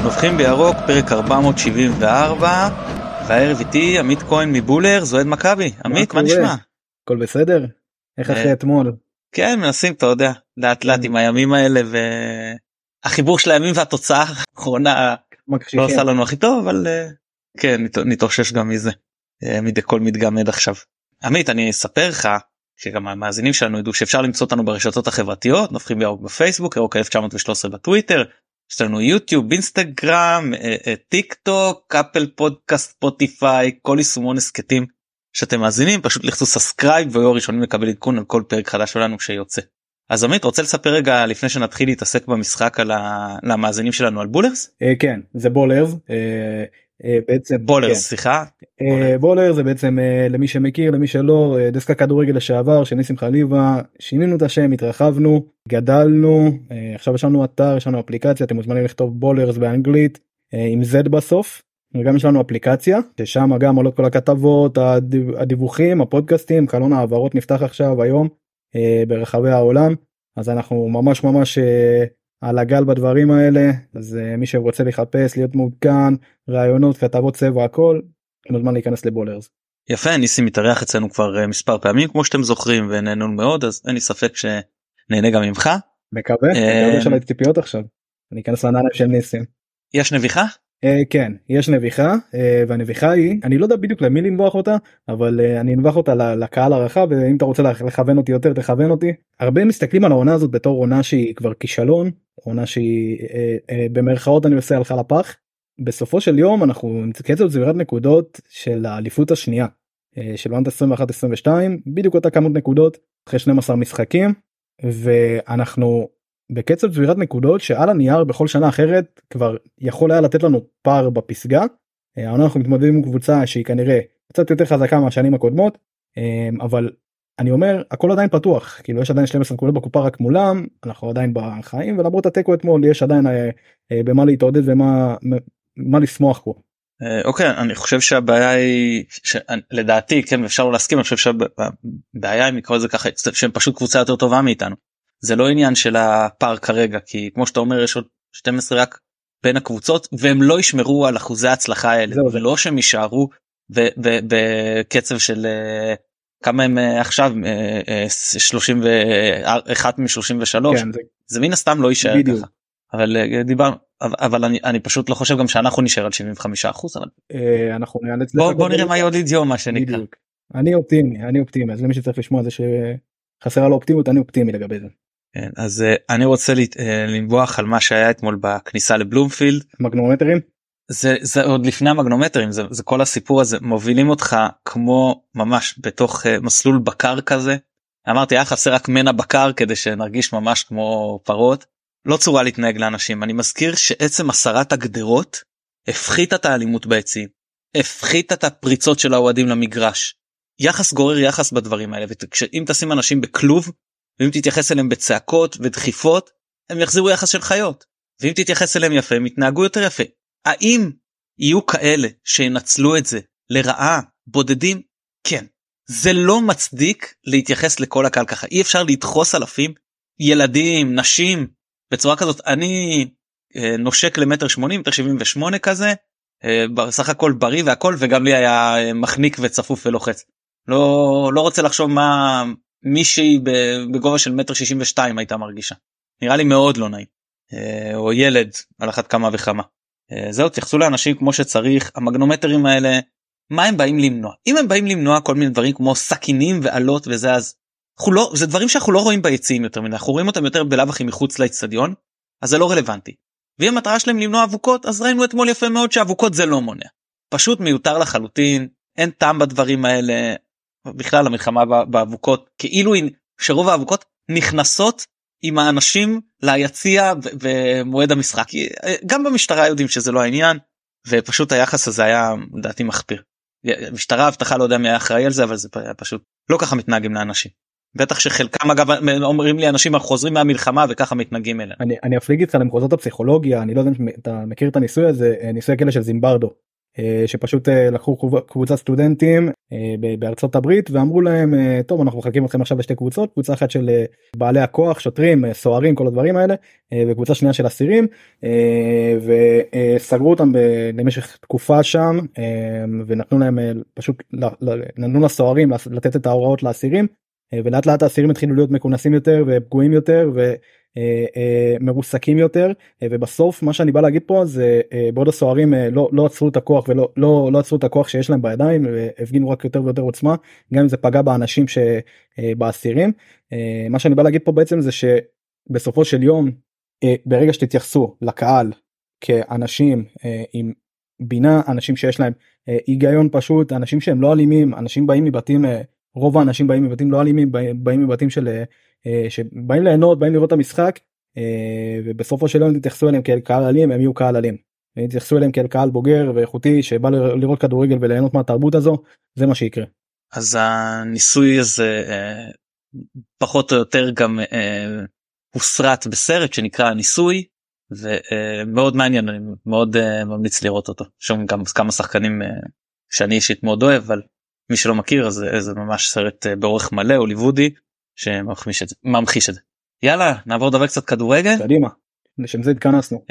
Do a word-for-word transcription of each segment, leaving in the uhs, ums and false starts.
נובחים בירוק, פרק ארבע מאות שבעים וארבע, והערב איתי עמית כהן מבולר, זוהד מכבי. עמית, מה נשמע? הכל בסדר? איך אחרי אתמול? כן, מנסים, אתה יודע, לאט לאט עם הימים האלה, והחיבור של הימים והתוצאה האחרונה לא עושה לנו הכי טוב, אבל כן, נתאושש גם מזה, מדי כל מדגם עד עכשיו. עמית, אני אספר לך, שגם המאזינים שלנו ידעו שאפשר למצוא אותנו ברשתות החברתיות, נובחים בירוק בפייסבוק, ירוק אלף תשע מאות ושלוש עשרה בטוויטר, יש לנו יוטיוב, אינסטגרם, טיק טוק, אפל פודקאסט, ספוטיפיי, כל יישומון הסקטים שאתם מאזינים, פשוט לחצו סאסקרייב ויהיו הראשונים לקבל עדכון על כל פרק חדש שלנו שיוצא. אז עמית, רוצה לספר רגע לפני שנתחיל להתעסק במשחק על המאזינים שלנו על בולרס? כן, זה בולרס. בעצם בולרס, סליחה. בולרס זה בעצם למי שמכיר, למי שלא, דסקה כדורגל לשעבר של ניסים חליבה. שינינו את השם, התרחבנו, גדלנו, עכשיו יש לנו אתר, יש לנו אפליקציה, אתם מוזמנים לכתוב בולרס באנגלית עם Z בסוף, וגם יש לנו אפליקציה ששם גם עולות כל הכתבות, הדיווחים, הפודקאסטים, חלון העברות נפתח עכשיו היום ברחבי העולם, אז אנחנו ממש ממש על הגל בדברים האלה. אז מי שרוצה לחפש, להיות מעודכן, רעיונות, כתבות צבע, הכל, מוזמן להיכנס לבולרס. יפה, ניסים מתארח אצלנו כבר מספר פעמים כמו שאתם זוכרים, ונהנו מאוד, אז אין לי ספק שנהנה גם ממך. מקווה, מקווה של הציפיות עכשיו, אני אכנס לנעליים של ניסים. יש נביחה? כן, יש נביחה, והנביחה היא, אני לא יודע בדיוק למי לנבוח אותה, אבל אני אנבח אותה לקהל הרחב, ואם אתה רוצה לכוון אותי יותר, תכוון אותי. הרבה מסתכלים על העונה הזאת בתור עונה שהיא כבר כישלון, עונה שהיא במרכאות אני עושה הלכה לפח. בסופו של יום אנחנו קצב צבירת נקודות של האליפות השנייה, של עונת עשרים ואחת עשרים ושתיים, בדיוק אותה כמות נקודות, אחרי שנים עשר משחקים, ואנחנו בקצב צבירת נקודות שעל הנייר בכל שנה אחרת כבר יכול היה לתת לנו פער בפסגה. אנחנו מתמודדים עם קבוצה שהיא כנראה קצת יותר חזקה מהשנים הקודמות, אבל אני אומר הכל עדיין פתוח, כאילו יש עדיין שתים עשרה נקודות בקופה רק מולם, אנחנו עדיין בחיים, ולמרות התיקו אתמול יש עדיין במה להתעודד ומה מה לשמוח פה. אוקיי, אני חושב שהבעיה היא, לדעתי, כן, אפשר לא להסכים, אני חושב שהבעיה היא מקרוא את זה ככה, שהם פשוט קבוצה יותר טובה מאיתנו. זה לא עניין של הפער כרגע, כי כמו שאתה אומר יש עוד שתים עשרה רק בין הקבוצות, והם לא ישמרו על אחוזי ההצלחה האלה, ולא שהם יישארו בקצב של כמה הם עכשיו, שלושים ואחת מ-שלושים ושלוש, זה מן הסתם לא יישאר ככה. אבל דיברנו, אבל אני, אני פשוט לא חושב גם שאנחנו נשאר על שבעים וחמישה אחוז, אבל אנחנו בוא, בוא נראה מה יהיה עוד אידיום, מה שנקרא. אני אופטימי, אני אופטימי, אז למי שצריך לשמוע זה שחסרה לו אופטימיות, אני אופטימי לגבי זה. כן, אז אני רוצה לנבוח על מה שהיה אתמול בכניסה לבלומפילד. מגנומטרים? זה, זה עוד לפני המגנומטרים, זה, זה כל הסיפור הזה, מובילים אותך כמו ממש בתוך מסלול בקר כזה. אמרתי, היה חסר רק מנה בקר כדי שנרגיש ממש כמו פרות. לא צורה להתנהג לאנשים. אני מזכיר שעצם הסרת הגדרות הפחיתה את האלימות ביציעים, הפחיתה את הפריצות של האוהדים למגרש. יחס גורר יחס בדברים האלה, ואם תשים אנשים בכלוב, ואם תתייחס אליהם בצעקות ודחיפות, הם יחזירו יחס של חיות. ואם תתייחס אליהם יפה, הם יתנהגו יותר יפה. האם יהיו כאלה שינצלו את זה לרעה, בודדים? כן. זה לא מצדיק להתייחס לכל הקהל ככה. אי אפשר לדחוס אלפים, ילדים, נשים, בצורה כזאת. אני אה, נושק למטר שמונים, מטר שבעים ושמונה כזה, אה, בסך הכל בריא והכל, וגם לי היה אה, מחניק וצפוף ולוחץ. לא, לא רוצה לחשוב מה מישהי בגובה של מטר שישים ושתיים הייתה מרגישה. נראה לי מאוד לא נעים. אה, או ילד על אחת כמה וכמה. אה, זהו, תייחסו לאנשים כמו שצריך. המגנומטרים האלה, מה הם באים למנוע? אם הם באים למנוע כל מיני דברים כמו סכינים ועלות וזה, אז לא, זה דברים שאנחנו לא רואים ביציעים יותר מדי, אנחנו רואים אותם יותר בלב הכי מחוץ לאצטדיון, אז זה לא רלוונטי. ואם המטרה שלהם למנוע אבוקות, אז ראינו אתמול יפה מאוד שאבוקות זה לא מונע. פשוט מיותר לחלוטין, אין טעם בדברים האלה, בכלל המלחמה באבוקות, כאילו שרוב האבוקות נכנסות עם האנשים ליציע ומועד המשחק. גם במשטרה יודעים שזה לא העניין, ופשוט היחס הזה היה לדעתי מחפיר. משטרה, הבטחה, לא יודע מי היה אחראי על זה, אבל זה פשוט לא ככה מתנהגים לאנשים. בטח שחלקם אגב אומרים לי אנשים חוזרים מהמלחמה וככה מתנהגים אליהם. אני, אני אפליג איתך למחוזות הפסיכולוגיה, אני לא יודע אם אתה מכיר את הניסוי הזה, ניסוי הכלא של זימברדו. שפשוט לקחו קבוצת סטודנטים בארצות הברית ואמרו להם טוב אנחנו מחלקים אתכם עכשיו לשתי קבוצות, קבוצה אחת של בעלי הכוח, שוטרים, סוהרים, כל הדברים האלה, וקבוצה שנייה של אסירים, וסגרו אותם למשך תקופה שם ונתנו להם פשוט נתנו לסוהרים לתת את ההוראות לאסירים, ולאט לאט האסירים התחילו להיות מכונסים יותר ופגועים יותר ו מרוסקים יותר, ובסוף מה שאני בא להגיד פה זה בעוד הסוהרים לא לא עצרו את הכוח ולא לא לא עצרו את הכוח שיש להם בידיים והפגינו רק יותר ויותר עוצמה, גם אם זה פגע באנשים שבאסירים. מה שאני בא להגיד פה בעצם זה שבסופו של יום ברגע שתתייחסו לקהל כאנשים עם בינה, אנשים שיש להם היגיון פשוט, אנשים שהם לא אלימים, אנשים באים מבתים, רוב האנשים באים מבתים לא אלימים, באים מבתים של שבאים ליהנות, באים לראות את המשחק, ובסופו של יום תתייחסו אליהם כאל קהל אלים, הם יהיו קהל אלים. תתייחסו אליהם כאל קהל בוגר ואיכותי שבא לראות כדורגל וליהנות מהתרבות הזו, זה מה שיקרה. אז הניסוי הזה פחות או יותר גם הוסרט בסרט שנקרא הניסוי, ומאוד מעניין, אני מאוד ממליץ לראות אותו. שם גם כמה שחקנים שאני אישית מאוד אוהב, אבל מי שלא מכיר, אז זה ממש סרט באורך מלא, הוליוודי, שממחיש את זה, ממחיש את זה. יאללה, נעבור לדבר קצת כדורגל. קדימה, לשם זה התכנסנו.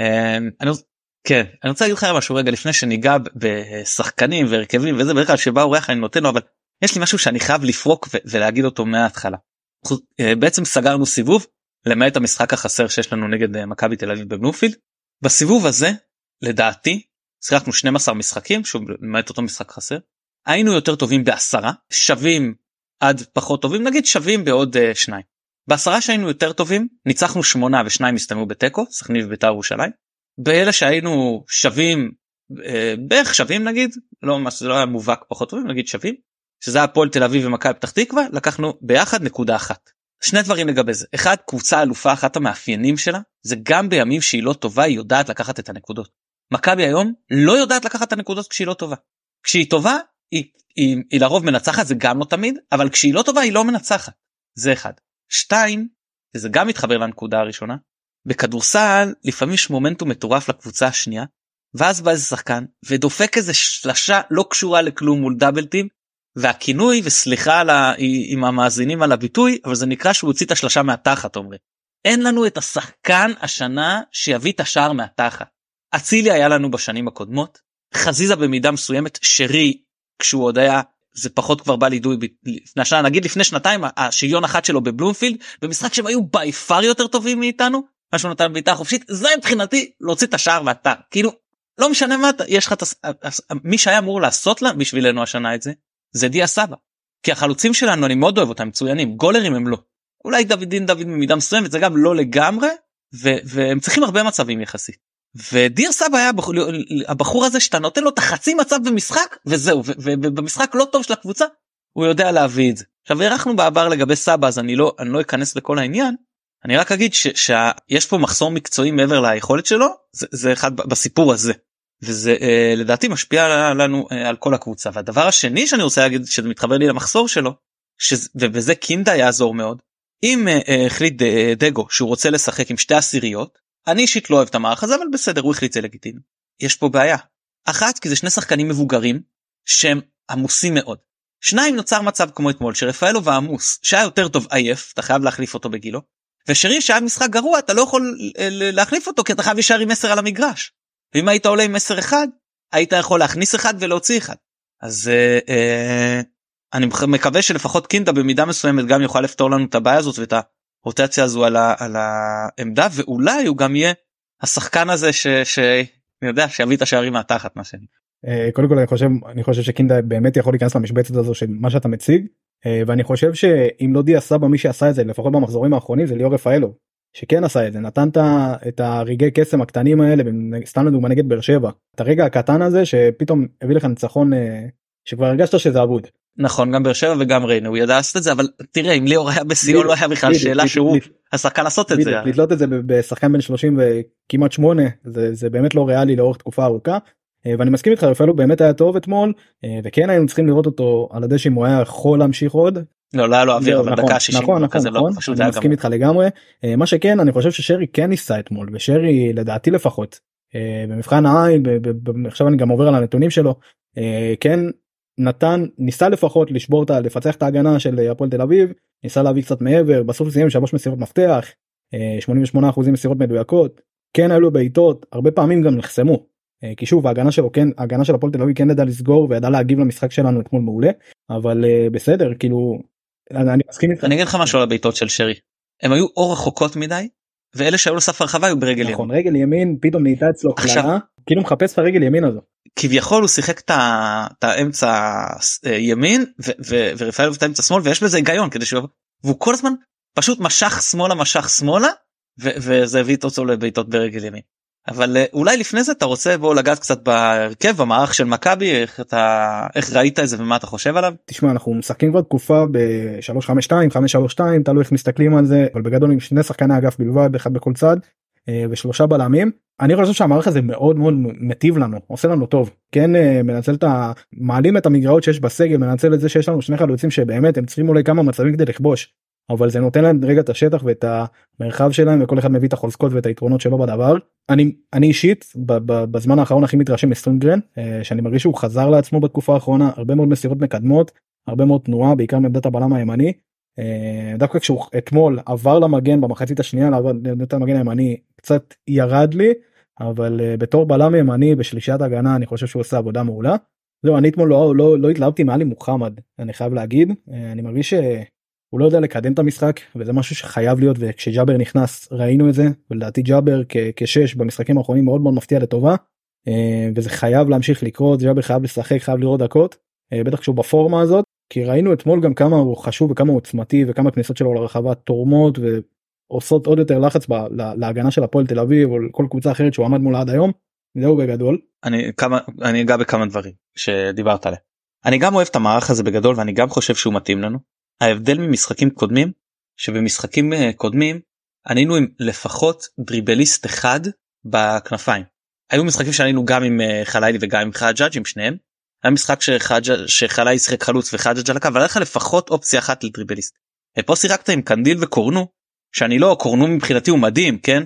כן, אני רוצה להגיד לך משהו רגע לפני שניגע בשחקנים והרכבים וזה, בדרך כלל שבא אורח אני נותן לו, אבל יש לי משהו שאני חייב לפרוק ולהגיד אותו מההתחלה. בעצם סגרנו סיבוב, למעט המשחק החסר שיש לנו נגד מכבי תל אביב בבלומפילד. בסיבוב הזה, לדעתי, שיחקנו שנים עשר משחקים, שוב למעט אותו משחק חסר, היינו יותר טובים בעשרה, שווים עד פחות טובים, נגיד שווים בעוד uh, שניים. בעשרה שהיינו יותר טובים, ניצחנו שמונה ושניים הסתיימו בתיקו, סכנין ובית"ר ירושלים. באלה שהיינו שווים, uh, בערך שווים נגיד, לא, זה לא היה מובהק פחות טובים, נגיד שווים, שזה היה הפועל תל אביב ומכבי פתח תקווה, לקחנו ביחד נקודה אחת. שני דברים לגבי זה. אחד, קבוצה אלופה, אחת המאפיינים שלה, זה גם בימים שהיא לא טובה, היא יודעת לקחת את הנקודות. מכבי היום לא יודעת לקחת את הנקודות כשהיא לא טובה. כשהיא טובה, היא, היא, היא לרוב מנצחת, זה גם לא תמיד, אבל כשהיא לא טובה היא לא מנצחת. זה אחד. שתיים, וזה גם מתחבר לנקודה הראשונה, בכדורסל לפעמים יש מומנטום מטורף לקבוצה השנייה, ואז בא איזה שחקן ודופק איזה שלשה לא קשורה לכלום מול דאבל טים, והכינוי, וסליחה על ה, עם המאזינים על הביטוי, אבל זה נקרא שהוא הוציא את השלשה מהתחת, אומרים. אין לנו את השחקן השנה שיביא את השער מהתחת. אצילי היה לנו בשנים הקודמות, חזיזה במידה מסוימת, שרי כשהוא עוד היה, זה פחות כבר בא לידוי, לפני, נגיד לפני שנתיים, השוויון אחת שלו בבלומפילד, במשחק שהם היו ביפר יותר טובים מאיתנו, מה שהוא נתן בעיטה חופשית, זה מבחינתי להוציא את השער ואתה, כאילו, לא משנה מה, יש לך, מי שהיה אמור לעשות לה בשבילנו השנה את זה, זה דיה סבא, כי החלוצים שלנו, אני מאוד אוהב אותם, מצוינים, גולרים הם לא, אולי דוד דין דוד במידה מסוימת, זה גם לא לגמרי, ו- והם צריכים הרבה מצבים יחסית. ודיר סבא היה הבחור הזה שאתה נותן לו את החצי מצב במשחק וזהו, ובמשחק לא טוב של הקבוצה הוא יודע להביא את זה. עכשיו הערכנו בעבר לגבי סבא, אז אני לא, אני לא אכנס לכל העניין, אני רק אגיד ש, שיש פה מחסור מקצועי מעבר ליכולת שלו, זה, זה אחד בסיפור הזה, וזה אה, לדעתי משפיע לנו אה, על כל הקבוצה. והדבר השני שאני רוצה להגיד שזה מתחבר לי למחסור שלו, שזה, ובזה קינדה יעזור מאוד, אם אה, אה, החליט אה, דגו שהוא רוצה לשחק עם שתי עשיריות, אני אישית לא אוהב את המערך הזה, אבל בסדר, הוא החליט זה לגיטימי. יש פה בעיה. אחת, כי זה שני שחקנים מבוגרים, שהם עמוסים מאוד. שניים, נוצר מצב כמו אתמול, שרפאלו ועמוס, שהיה יותר טוב עייף, אתה חייב להחליף אותו בגילו, ושרי שהיה משחק גרוע, אתה לא יכול להחליף אותו, כי אתה חייב ישר עם עשר על המגרש. ואם היית עולה עם עשר אחד, היית יכול להכניס אחד ולהוציא אחד. אז אה, אה, אני מקווה שלפחות קינדה במידה מסוימת גם יוכל לפתור לנו את הבעיה הזאת, ואת ה... רוטציה הזו על, ה, על העמדה, ואולי הוא גם יהיה השחקן הזה ש, ש, אני יודע, שיביא את השערים מהתחת, מה שאני. קודם כל אני חושב, אני חושב שקינדה באמת יכול להיכנס למשבצת הזו של מה שאתה מציג, ואני חושב שאם לא דיה סבא, מי שעשה את זה, לפחות במחזורים האחרונים, זה ליאור רפאלו, שכן עשה את זה, נתן את הרגעי קסם הקטנים האלה, סתם לדוגמה נגד באר שבע, את הרגע הקטן הזה, שפתאום הביא לך ניצחון, שכבר הרגשת שזה אבוד. נכון, גם באר שבע וגם ריינה, הוא ידע לעשות את זה, אבל תראה, אם ליאור היה בסיום, לא היה בכלל שאלה שהוא השחקן לעשות את זה. לתלות את זה בשחקן בין שלושים וכמעט שמונה, זה באמת לא ריאלי לאורך תקופה ארוכה, ואני מסכים איתך, רפאלו באמת היה טוב אתמול, וכן היינו צריכים לראות אותו על הדשא אם הוא היה יכול להמשיך עוד. לא, לא היה לו אוויר, אבל דקה שישים. נכון, נכון, נכון, אני מסכים איתך לגמרי. מה שכן, אני חושב ששרי כן ניסה אתמול, ושרי לדעתי לפחות, במבחן העין, עכשיו אני גם עובר על הנתונים שלו, כן נתן, ניסה לפחות לשבור, לפצח את ההגנה של הפועל תל אביב, ניסה להביא קצת מעבר, בסוף סיים שלוש מסירות מפתח, שמונים ושמונה אחוזים מסירות מדויקות, כן היו לו בעיטות, הרבה פעמים גם נחסמו, כי שוב ההגנה שלו כן, ההגנה של הפועל תל אביב כן ידע לסגור וידע להגיב למשחק שלנו אתמול מעולה, אבל בסדר, כאילו אני מסכים איתך. אני אגיד לך משהו על הבעיטות של שרי, הם היו או רחוקות מדי, ואלה שהיו לסף הרחבה היו ברגל ימין. נכון, רגל ימין פתאום נהייתה אצלו קלעה, כאילו מחפש את הרגל ימין הזו. כביכול הוא שיחק את האמצע ימין ורפאל את האמצע שמאל, ויש בזה היגיון כדי שהוא, והוא כל הזמן פשוט משך שמאלה משך שמאלה, וזה הביא אותו לבעיטות ברגל ימין. אבל אולי לפני זה אתה רוצה בוא לגעת קצת בהרכב במערך של מכבי, איך אתה איך ראית את זה ומה אתה חושב עליו? תשמע, אנחנו משחקים כבר תקופה ב-שלוש חמש שתיים, חמש שלוש שתיים, תלוי איך מסתכלים על זה, אבל בגדול עם שני שחקני אגף בלבד, אחד בכל צד ושלושה בלמים. אני חושב שהמערך הזה מאוד מאוד מטיב לנו, עושה לנו טוב, כן מנצל את ה... מעלים את המגרעות שיש בסגל, מנצל את זה שיש לנו שני חלוצים שבאמת הם צריכים אולי כמה מצבים כדי לכבוש, אבל זה נותן להם רגע את השטח ואת המרחב שלהם, וכל אחד מביא את החוזקות ואת היתרונות שלו בדבר. אני, אני אישית בזמן האחרון הכי מתרשם מסטרונגרן, שאני מרגיש שהוא חזר לעצמו בתקופה האחרונה, הרבה מאוד מסירות מקדמות, הרבה מאוד תנועה, בעיקר מעמדת הבלם הימני. דווקא כשהוא אתמול עבר למגן במחצית השנייה, לעמדת המגן הימני קצת ירד לי, אבל בתור בלם ימני בשלישיית הגנה אני חושב שהוא עושה עבודה מעולה. זהו, אני אתמול לא, לא, לא התלהבתי מעלי מוחמד, אני חייב להגיד, אני מרגיש שהוא לא יודע לקדם את המשחק, וזה משהו שחייב להיות, וכשג'אבר נכנס ראינו את זה, ולדעתי ג'אבר כשש במשחקים האחרונים מאוד מאוד מפתיע לטובה, וזה חייב להמשיך לקרות, ג'אבר חייב לשחק, חייב לראות דקות, בטח כשהוא בפורמה הזאת, כי ראינו אתמול גם כמה הוא חשוב וכמה הוא עוצמתי, וכמה כניסות שלו לרחבה תורמות, ועושות עוד יותר לחץ להגנה של הפועל תל אביב, או כל קבוצה אחרת שהוא עמד מולה עד היום. זהו בגדול. אני כמה אני אגע בכמה דברים שדיברת עליהם. אני גם אוהב את המערך הזה בגדול, ואני גם חושב שהוא מתאים לנו. ההבדל ממשחקים קודמים, שבמשחקים קודמים ענינו עם לפחות דריבליסט אחד בכנפיים. היו משחקים שענינו גם עם חלילי וגם עם חג'אג' עם שניהם. היה משחק שחלילי שחק חלוץ וחג'אג' על הקו, אבל היה לך לפחות אופציה אחת לדריבליסט. פה שיחקת עם קנדיל וקורנו, שאני לא, קורנו מבחינתי הוא מדהים, כן?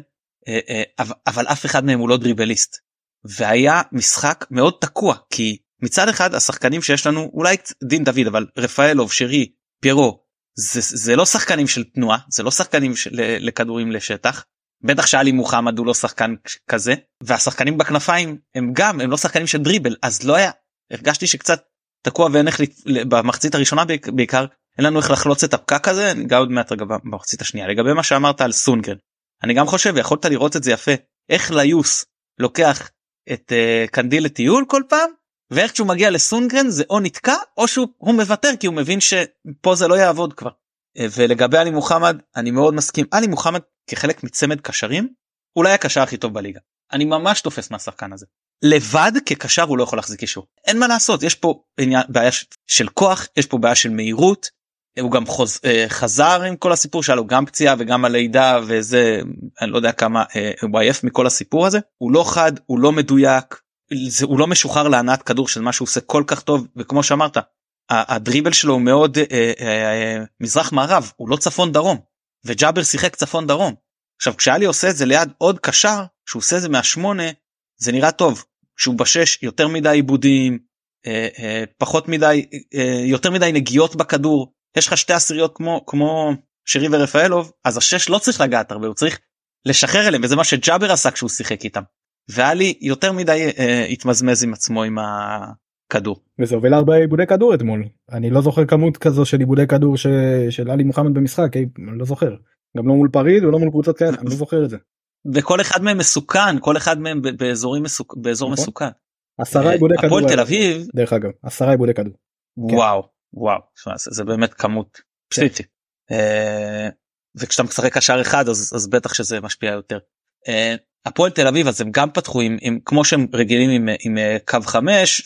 אבל אף אחד מהם הוא לא דריבליסט. והיה משחק מאוד תקוע, כי מצד אחד השחקנים שיש לנו, אולי דין דוד, אבל רפאלוב, שרי, פיירו, זה, זה לא שחקנים של תנועה, זה לא שחקנים של, לכדורים לשטח, בטח שאלי מוחמד הוא לא שחקן כזה, והשחקנים בכנפיים הם גם, הם לא שחקנים של דריבל, אז לא היה, הרגשתי שקצת תקוע ואין איך, במחצית הראשונה בעיקר, אין לנו איך לחלוץ את הפקק הזה, אני גם עוד מעט רגע במחצית השנייה, לגבי מה שאמרת על סונגרן, אני גם חושב, יכולת לראות את זה יפה, איך ליוס לוקח את uh, קנדיל לטיול כל פעם, ואיך שהוא מגיע לסונגרן זה או נתקע או שהוא מוותר, כי הוא מבין שפה זה לא יעבוד כבר. Uh, ולגבי עלי מוחמד אני מאוד מסכים, עלי מוחמד כחלק מצמד קשרים אולי הקשר הכי טוב בליגה, אני ממש תופס מהשחקן הזה, לבד כקשר הוא לא יכול להחזיק אישור, אין מה לעשות, יש פה בעיה של כוח, יש פה בעיה של מהירות, הוא גם חוז, uh, חזר עם כל הסיפור שלו, גם פציעה וגם הלידה, וזה אני לא יודע כמה uh, הוא עייף מכל הסיפור הזה, הוא לא חד, הוא לא מדויק, זה, הוא לא משוחרר להנעת כדור של מה שהוא עושה כל כך טוב, וכמו שאמרת הדריבל שלו הוא מאוד uh, uh, uh, מזרח מערב, הוא לא צפון דרום, וג'אבר שיחק צפון דרום. עכשיו כשאלי עושה את זה ליד עוד קשר, שהוא עושה את זה מהשמונה, זה נראה טוב, כשהוא בשש יותר מדי עיבודים, uh, uh, פחות מדי, uh, יותר מדי נגיעות בכדור, יש לך שתי עשיריות כמו, כמו שרי ורפאלוב, אז השש לא צריך לגעת הרבה, הוא צריך לשחרר אליהם, וזה מה שג'אבר עשה כשהוא שיחק איתם. ואלי יותר מדי אה, התמזמז עם עצמו עם הכדור. וזה הוביל הרבה עיבודי כדור אתמול. אני לא זוכר כמות כזו של עיבודי כדור ש... של עלי מוחמד במשחק, אני לא זוכר. גם לא מול פריז ולא מול קבוצות כאלה, אני לא זוכר את זה. וכל אחד מהם מסוכן, כל אחד מהם באזורים מסוכ... באזור נכון? מסוכן. עשרה עיבודי כדור. הפועל תל אביב. דרך אגב, עשרה עיבודי כדור. וואו, כן. וואו, זה, זה באמת כמות פסיכית. כן. Uh, וכשאתה משחק קשר אחד אז, אז בטח שזה משפיע יותר. Uh, הפועל תל אביב אז הם גם פתחו עם, עם כמו שהם רגילים עם, עם uh, קו חמש,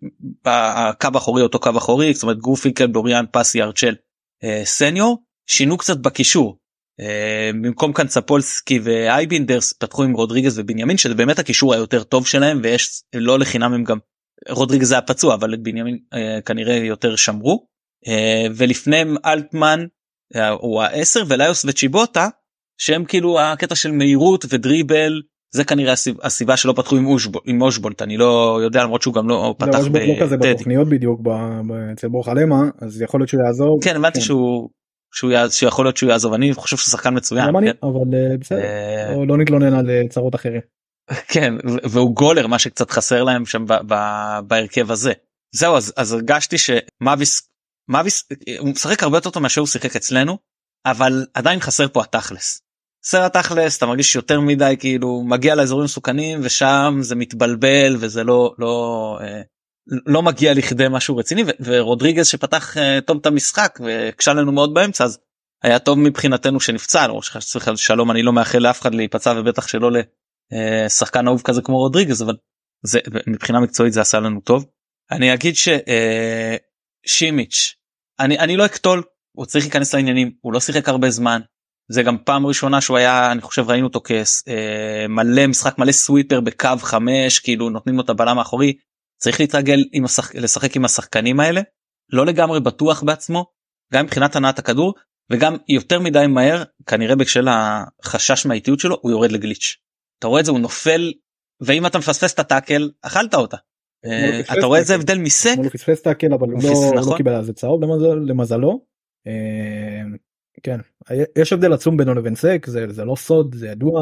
שהקו האחורי אותו קו אחורי, זאת אומרת גרופינקל, בוריאן, פסי, ארצ'ל, uh, סניור, שינו קצת בקישור. Uh, במקום כאן צפולסקי ואייבינדרס פתחו עם רודריגז ובנימין, שזה באמת הקישור היותר טוב שלהם, ויש לא לחינם הם גם רודריגז זה הפצוע, אבל את בנימין אה, כנראה יותר שמרו, אה, ולפניהם אלטמן אה, הוא העשר, וליוס וצ'יבוטה, שהם כאילו הקטע של מהירות ודריבל, זה כנראה הסיבה שלא פתחו עם אושבולט, אני לא יודע, למרות שהוא גם לא פתח בטדי. לא כזה בתוכניות בדיוק אצל בור חלמה, אז יכול להיות שהוא יעזוב. כן, הבנתי שהוא שיכול להיות שהוא יעזוב, אני חושב שהוא שחקן מצוין. אבל בסדר, לא נתלונן על צרות אחרים. כן, והוא גולר, מה שקצת חסר להם שם בהרכב הזה. זהו, אז הרגשתי שמאביס, מאביס, הוא משחק הרבה יותר טוב מאשר הוא שיחק אצלנו, אבל עדיין חסר פה התכלס. חסר התכלס, אתה מרגיש יותר מדי, כאילו, מגיע לאזורים מסוכנים, ושם זה מתבלבל, וזה לא, לא, לא מגיע לכדי משהו רציני, ורודריגז שפתח טוב את המשחק, והקשה לנו מאוד באמצע, אז היה טוב מבחינתנו שנפצע, לא שצריך שלום, אני לא מאחל לאף אחד להיפצע, ובטח שלא לשחקן אהוב כזה כמו רודריגז, אבל זה, מבחינה מקצועית זה עשה לנו טוב. אני אגיד ששימיץ', אני, אני לא אקטול, הוא צריך להיכנס לעניינים, הוא לא שיחק הרבה זמן, זה גם פעם ראשונה שהוא היה, אני חושב ראינו אותו כמלא משחק, מלא סוויפר בקו חמש, כאילו נותנים לו את הבלם האחורי, צריך להתרגל עם השח... לשחק עם השחקנים האלה, לא לגמרי בטוח בעצמו, גם מבחינת הנעת הכדור, וגם יותר מדי מהר, כנראה בשל החשש מהאיטיות שלו, הוא יורד לגליץ'. אתה רואה את זה, הוא נופל, ואם אתה מפספס את הטאקל, אכלת אותה. אתה רואה את זה הבדל מסק? הוא פספס טאקל, אבל הוא לא קיבל על זה צהוב למזלו. כן, יש הבדל עצום בינו לבין סק, זה לא סוד, זה ידוע.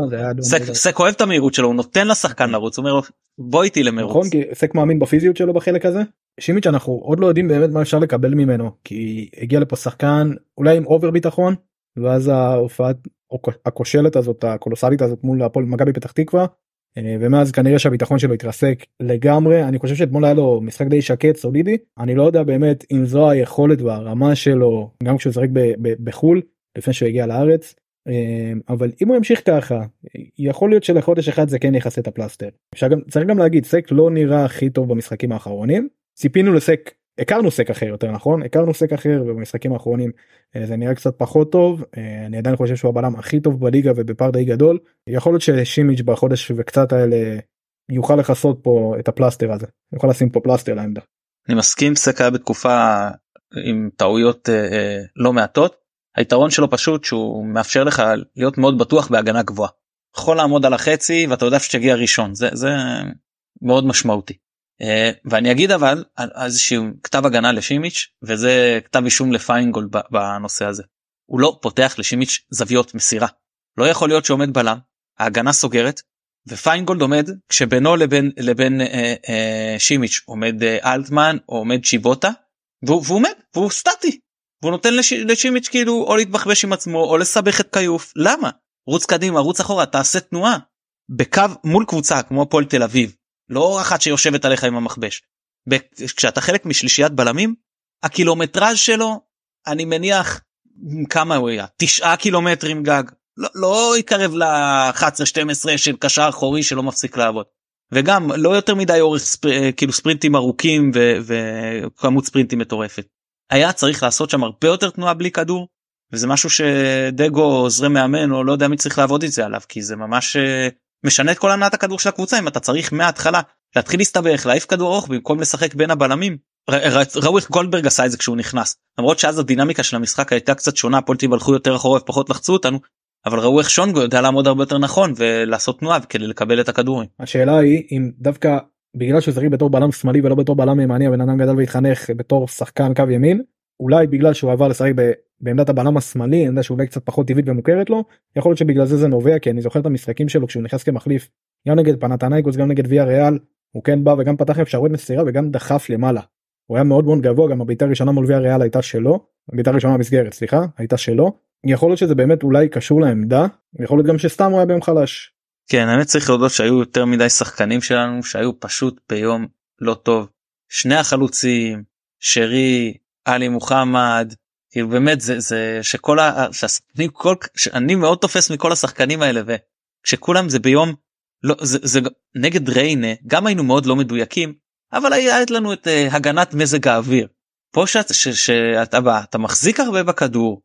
סק אוהב את המהירות שלו, הוא נותן לשחקן לרוץ, הוא אומר בוא איתי למרוץ. נכון, כי סק מאמין בפיזיות שלו בחלק הזה. שימיץ' אנחנו עוד לא יודעים באמת מה אפשר לקבל ממנו, כי הגיע לפה שחקן אולי עם אובר ביטחון, ואז ההופעה הכושלת הזאת, הקולוסלית הזאת מול הפועל מכבי פתח תקווה, ומאז כנראה שהביטחון שלו התרסק לגמרי. אני חושב שאתמול היה לו משחק די שקט סולידי, אני לא יודע באמת אם זו היכולת והרמה שלו גם כשהוא זרק בחול לפני שהוא הגיע לארץ, אבל אם הוא ימשיך ככה יכול להיות שלחודש אחד זה כן יחסה את הפלסטר. גם, צריך גם להגיד, סק לא נראה הכי טוב במשחקים האחרונים, ציפינו לסק, הכרנו סק אחר יותר נכון, הכרנו סק אחר, ובמשחקים האחרונים זה נראה קצת פחות טוב. אני עדיין חושב שהוא הבלם הכי טוב בליגה ובפער די גדול, יכול להיות ששימיץ' בחודש וקצת האלה יוכל לחסות פה את הפלסטר הזה, יוכל לשים פה פלסטר לעמדה. אני מסכים, סק היה בתקופה עם טעויות אה, לא מעטות, היתרון שלו פשוט שהוא מאפשר לך להיות מאוד בטוח בהגנה גבוהה, יכול לעמוד על החצי ואתה יודע שתגיע ראשון, זה, זה מאוד משמעותי. ואני אגיד אבל איזשהו כתב הגנה לשימיץ', וזה כתב אישום לפיינגולד בנושא הזה, הוא לא פותח לשימיץ' זוויות מסירה, לא יכול להיות שעומד בלם, ההגנה סוגרת, ופיינגולד עומד כשבינו לבין, לבין אה, אה, שימיץ' עומד אה, אלטמן או עומד שיבוטה, והוא, והוא עומד, והוא סטטי, והוא נותן לש, לשימיץ' כאילו או להתבחבש עם עצמו או לסבך את קיוף. למה? רוץ קדימה, רוץ אחורה, תעשה תנועה בקו מול קבוצה כמו הפועל תל אביב, לא אחת שיושבת עליך עם המחבש. כשאתה חלק משלישיית בלמים, הקילומטראז' שלו, אני מניח, כמה הוא היה? תשעה קילומטרים גג. לא, לא יקרב ל-אחת עשרה שתים עשרה של קשר אחורי שלא מפסיק לעבוד. וגם לא יותר מדי אורך ספר, כאילו ספרינטים ארוכים ו- וכמות ספרינטים מטורפת. היה צריך לעשות שם הרבה יותר תנועה בלי כדור, וזה משהו שדגו עוזרי מאמן, או לא יודע מי צריך לעבוד את זה עליו, כי זה ממש משנה את כל הנעת הכדור של הקבוצה, אם אתה צריך מההתחלה להתחיל להסתבך, להעיף כדור ארוך במקום לשחק בין הבלמים. ראו איך גולדברג עשה את זה כשהוא נכנס, למרות שאז הדינמיקה של המשחק הייתה קצת שונה, הפועל הלכו יותר אחורה ופחות לחצו אותנו, אבל ראו איך שונגו יודע לעמוד הרבה יותר נכון ולעשות תנועה כדי לקבל את הכדורים. השאלה היא אם דווקא בגלל שהוא זריק בתור בלם שמאלי ולא בתור בלם ימני, הבן אדם גדל והתחנך בתור שחקן קו ימין, אולי בגלל שהוא עבר לשחק בעמדת הבלם השמאלי, אני יודע שאולי קצת פחות טבעית ומוכרת לו, יכול להיות שבגלל זה זה נובע, כי אני זוכר את המשחקים שלו כשהוא נכנס כמחליף, גם נגד פנתנייקוס, גם נגד ויה ריאל, הוא כן בא וגם פתח אפשרות מסירה וגם דחף למעלה. הוא היה מאוד מאוד גבוה, גם הבעיטה הראשונה מול ויה ריאל הייתה שלו, הבעיטה הראשונה במסגרת, סליחה, הייתה שלו. יכול להיות שזה באמת אולי קשור לעמדה, יכול להיות גם שסתם הוא היה ביום חלש. כן, האמת צריך להודות שהיו יותר מדי שחקנים שלנו שהיו פשוט ביום לא טוב. שני החלוצים, שרי, עלי מוחמד, כאילו באמת זה, זה שכל ה... שאני, כל, שאני מאוד תופס מכל השחקנים האלה, וכשכולם זה ביום, לא, זה, זה נגד ריינה, גם היינו מאוד לא מדויקים, אבל היה לנו את uh, הגנת מזג האוויר. פה שאת, ש, שאתה בא, אתה מחזיק הרבה בכדור,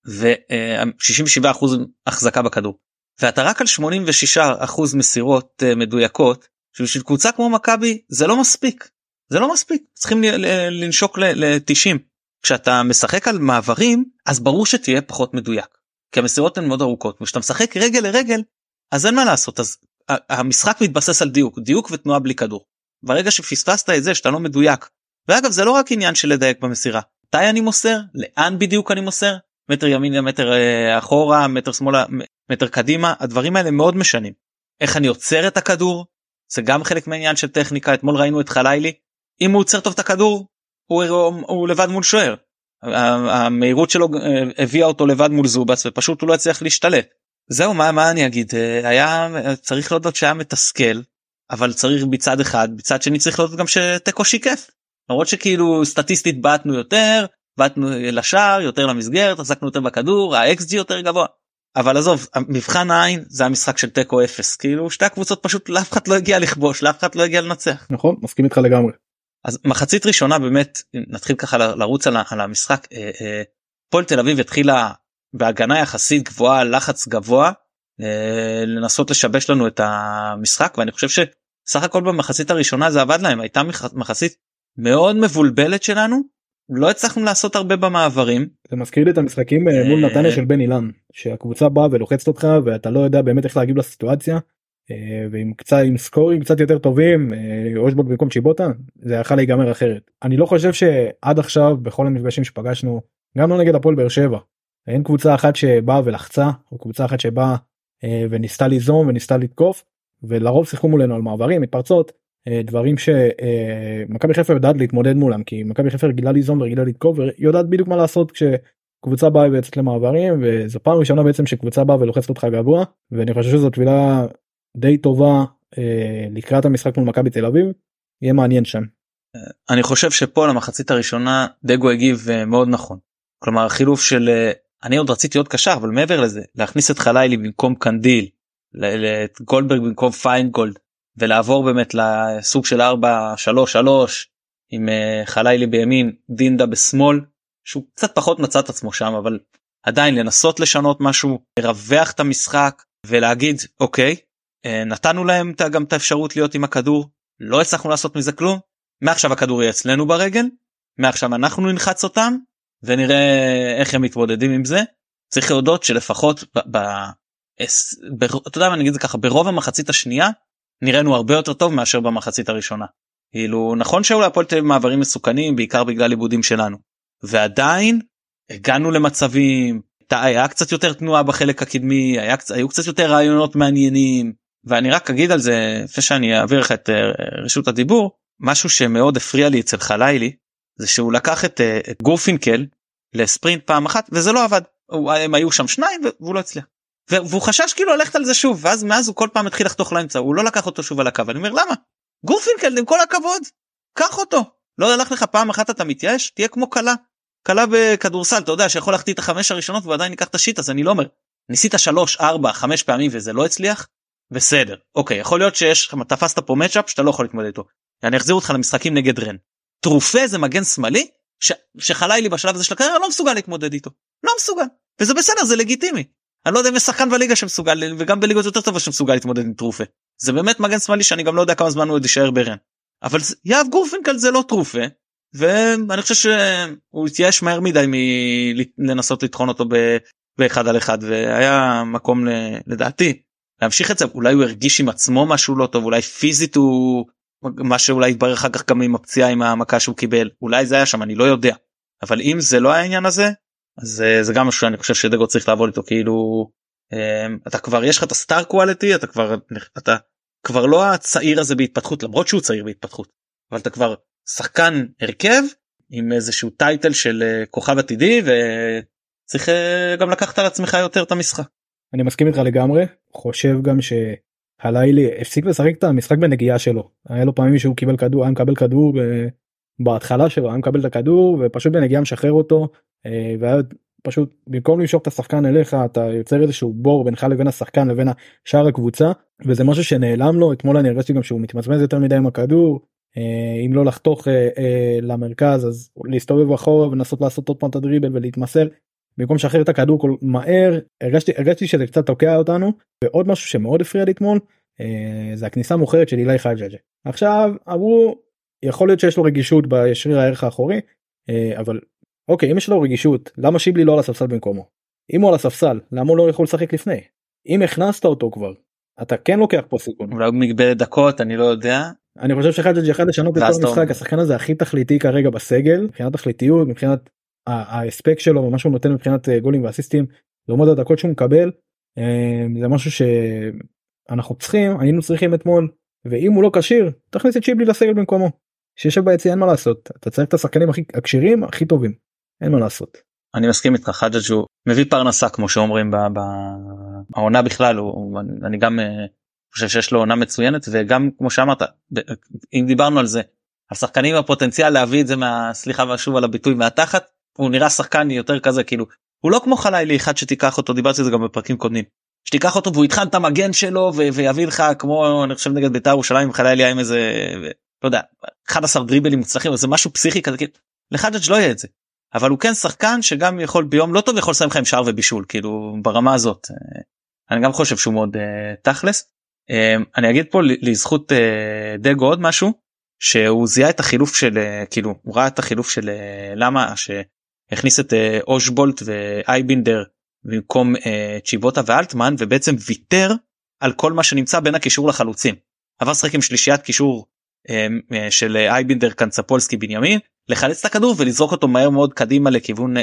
ו-שישים ושבעה אחוז החזקה בכדור, ואתה רק על שמונים ושישה אחוז מסירות uh, מדויקות, שבשביל קבוצה כמו מכבי זה לא מספיק, זה לא מספיק, צריכים לנשוק ל-תשעים. כשאתה משחק על מעברים, אז ברור שתהיה פחות מדויק, כי המסירות הן מאוד ארוכות, וכשאתה משחק רגל לרגל, אז אין מה לעשות, אז המשחק מתבסס על דיוק, דיוק ותנועה בלי כדור. ברגע שפספסת את זה שאתה לא מדויק, ואגב זה לא רק עניין של לדייק במסירה, מתי אני מוסר, לאן בדיוק אני מוסר, מטר ימין מטר אחורה, מטר שמאלה, מטר קדימה, הדברים האלה מאוד משנים. איך אני עוצר את הכדור, זה גם חלק מהעניין של טכניקה. אתמול ראינו את חלילי, אם הוא עוצר טוב את הכדור, הוא, הוא, הוא לבד מול שוער, המהירות שלו הביאה אותו לבד מול זובס, ופשוט הוא לא הצליח להשתלט. זהו, מה, מה אני אגיד, היה צריך להודות שהיה מתסכל, אבל צריך בצד אחד, בצד שני צריך להודות גם שתיקו שיקף, למרות שכאילו סטטיסטית בעטנו יותר, בעטנו לשער, יותר למסגרת, עסקנו יותר בכדור, ה-אקס ג'י יותר גבוה, אבל עזוב, מבחן העין זה המשחק של תיקו אפס, כאילו שתי הקבוצות פשוט לאף אחד לא הגיע לכבוש, לאף אחד לא הגיע לנצח. נכון, מסכים איתך לגמרי. אז מחצית ראשונה באמת, נתחיל ככה לרוץ על המשחק, הפועל תל אביב התחילה בהגנה יחסית גבוהה, לחץ גבוה, לנסות לשבש לנו את המשחק, ואני חושב שסך הכל במחצית הראשונה זה עבד להם, הייתה מחצית מאוד מבולבלת שלנו, לא הצלחנו לעשות הרבה במעברים. זה מזכיר לי את המשחקים מול נתניה של בן אילן, שהקבוצה באה ולוחצת אותך ואתה לא יודע באמת איך להגיב לסיטואציה, ועם קצת עם סקורים קצת יותר טובים, אושבולט במקום צ'יבוטה, זה יכול להיגמר אחרת. אני לא חושב שעד עכשיו בכל המפגשים שפגשנו, גם לא נגד הפועל באר שבע, אין קבוצה אחת שבאה ולחצה, או קבוצה אחת שבאה וניסתה ליזום וניסתה לתקוף, ולרוב שיחקו מולנו על מעברים, מתפרצות, דברים שמכבי חיפה יודעת להתמודד מולם, כי מכבי חיפה רגילה ליזום ורגילה לתקוף, ויודעת בדיוק מה לעשות כשקבוצה באה ויוצאת למעברים, וזו פעם ראשונה בעצם שקבוצה באה ולוחצת אותך גבוה, ואני חושב שזו תבילה די טובה לקראת המשחק מול מכבי תל אביב, יהיה מעניין שם. אני חושב שפה למחצית הראשונה דגו הגיב מאוד נכון, כלומר החילוף של, אני עוד רציתי עוד קשר, אבל מעבר לזה, להכניס את חלילי במקום קנדיל, את גולדברג במקום פיינגולד, ולעבור באמת לסוג של ארבע שלוש שלוש, עם חלילי בימין, דינדה בשמאל, שהוא קצת פחות מצא את עצמו שם, אבל עדיין לנסות לשנות משהו, לרווח את המשחק, ולהגיד, אוקיי, נתנו להם גם את האפשרות להיות עם הכדור, לא הצלחנו לעשות מזה כלום, מעכשיו הכדור יהיה אצלנו ברגל, מעכשיו אנחנו נלחץ אותם, ונראה איך הם מתמודדים עם זה. צריך להודות שלפחות ב, ב, ב, אתה יודע מה, אני אגיד זה ככה, ברוב המחצית השנייה נראינו הרבה יותר טוב מאשר במחצית הראשונה. כאילו נכון שאולי הפועל תל אביב מעברים מסוכנים בעיקר בגלל עיבודים שלנו, ועדיין הגענו למצבים, היה קצת יותר תנועה בחלק הקדמי, היה, היו קצת יותר רעיונות מעניינים, ואני רק אגיד על זה לפני שאני אעביר לך את רשות הדיבור, משהו שמאוד הפריע לי אצל חלילי, זה שהוא לקח את, את גורפינקל לספרינט פעם אחת, וזה לא עבד. הם היו שם שניים והוא לא הצליח. והוא חשש כאילו ללכת על זה שוב, ואז מאז הוא כל פעם התחיל לחתוך לאמצע, הוא לא לקח אותו שוב על הקו. אני אומר, למה? גורפינקל, עם כל הכבוד, קח אותו. לא הלך לך פעם אחת אתה מתייאש, תהיה כמו קלה. קלה בכדורסל, אתה יודע שיכול להחטיא את החמש הראשונות ועדיין ניקח את השיט, אז אני לא אומר. ניסית שלוש, ארבע, חמש פעמים וזה לא הצליח, בסדר. אוקיי, יכול להיות שיש, תפסת פה מצ'אפ שאתה לא יכול להתמודד איתו. אני אחזיר אותך למשחקים נגד רן. טרופה זה מגן שמאלי, ש... שחלילי בשלב הזה של הקריירה לא מסוגל להתמודד איתו. לא מסוגל. וזה בסדר, זה לגיטימי. אני לא יודע אם יש שחקן בליגה שמסוגל, וגם בליגות יותר טובות שמסוגל להתמודד עם טרופה. זה באמת מגן שמאלי שאני גם לא יודע כמה זמן הוא עוד יישאר ברן. אבל יאב גורפינקל זה לא טרופה, ואני חושב שהוא התייאש מהר מדי מלנסות לטחון אותו ב... באחד על אחד, והיה מקום ל... לדעתי להמשיך את זה. אולי הוא הרגיש עם עצמו משהו לא טוב, אולי פיזית הוא... מה שאולי יתברר אחר כך גם עם הפציעה, עם המכה שהוא קיבל, אולי זה היה שם, אני לא יודע. אבל אם זה לא העניין הזה, אז זה גם משהו שאני חושב שדגו צריך לעבוד איתו, כאילו אתה כבר יש לך את הסטאר קואליטי, אתה כבר אתה כבר לא הצעיר הזה בהתפתחות, למרות שהוא צעיר בהתפתחות, אבל אתה כבר שחקן הרכב עם איזשהו טייטל של כוכב עתידי, וצריך גם לקחת על עצמך יותר את המשחק. אני מסכים איתך לגמרי, חושב גם ש הלילי הפסיק לשחק את המשחק בנגיעה שלו, היה לו פעמים שהוא קיבל כדור, היה מקבל כדור בהתחלה שלו, היה מקבל את הכדור ופשוט בנגיעה משחרר אותו, והיה פשוט במקום למשוך את השחקן אליך אתה יוצר איזשהו בור בינך לבין השחקן לבין שאר הקבוצה, וזה משהו שנעלם לו. אתמול אני הרגשתי גם שהוא מתמצמז יותר מדי עם הכדור, אם לא לחתוך למרכז אז להסתובב אחורה ולנסות לעשות עוד פעם את הדריבל ולהתמסר, במקום לשחרר את הכדור כל מהר. הרגשתי, הרגשתי שזה קצת תוקע אותנו. ועוד משהו שמאוד הפריע לי אתמול, אה, זה הכניסה המאוחרת של אילי חג'ג'ה. עכשיו אמרו, יכול להיות שיש לו רגישות בשריר הערך האחורי, אה, אבל אוקיי, אם יש לו רגישות, למה שיבלי לא על הספסל במקומו? אם הוא על הספסל, למה הוא לא יכול לשחק לפני? אם הכנסת אותו כבר, אתה כן לוקח פה סיכון. אולי מגבלת דקות, אני לא יודע. אני חושב שחג'ג' יכול לשנות את כל המשחק, השחקן הזה הכי תכליתי כרגע בסגל, מבחינת תכליתיות, מבחינת ההספק שלו, ומה שהוא נותן מבחינת גולים ואסיסטים, לעומת הדקות שהוא מקבל, זה משהו שאנחנו צריכים, היינו צריכים אתמול, ואם הוא לא כשיר, תכניס את שיבלי לסגל במקומו, שישב ביציע, אין מה לעשות, אתה צריך את השחקנים הכי הקשירים, הכי טובים, אין מה לעשות. אני מסכים איתך, חג'ג' הוא מביא פרנסה כמו שאומרים בעונה בכלל, אני גם חושב שיש לו עונה מצוינת, וגם כמו שאמרת, אם דיברנו על זה, השחקנים הפוטנציאל להביא את זה מהסליחה ושוב על הביטוי מהתחת, הוא נראה שחקן יותר כזה, כאילו הוא לא כמו חלילי אחד שתיקח אותו, דיברתי על זה גם בפרקים קודמים, שתיקח אותו והוא יתחן את המגן שלו ויביא לך כמו אני חושב נגד בית"ר ירושלים, חלילי היה עם איזה לא יודע אחד עשר דריבלים מוצלחים, זה משהו פסיכי כזה, לחג'ג' לא יהיה את זה, אבל הוא כן שחקן שגם יכול ביום לא טוב יכול לסיים לך עם שער ובישול, כאילו ברמה הזאת אני גם חושב שהוא מאוד uh, תכלס. uh, אני אגיד פה לזכות uh, דגו עוד משהו, שהוא זיהה את החילוף של uh, כאילו הוא ראה את החילוף של uh, למה שהכניס את uh, אושבולט ואייבינדר במקום uh, צ'יבוטה ואלטמן, ובעצם ויתר על כל מה שנמצא בין הקישור לחלוצים, עבר שחק עם שלישיית קישור uh, uh, של אייבינדר קנצפולסקי בנימין, לחלץ את הכדור ולזרוק אותו מהר מאוד קדימה לכיוון uh,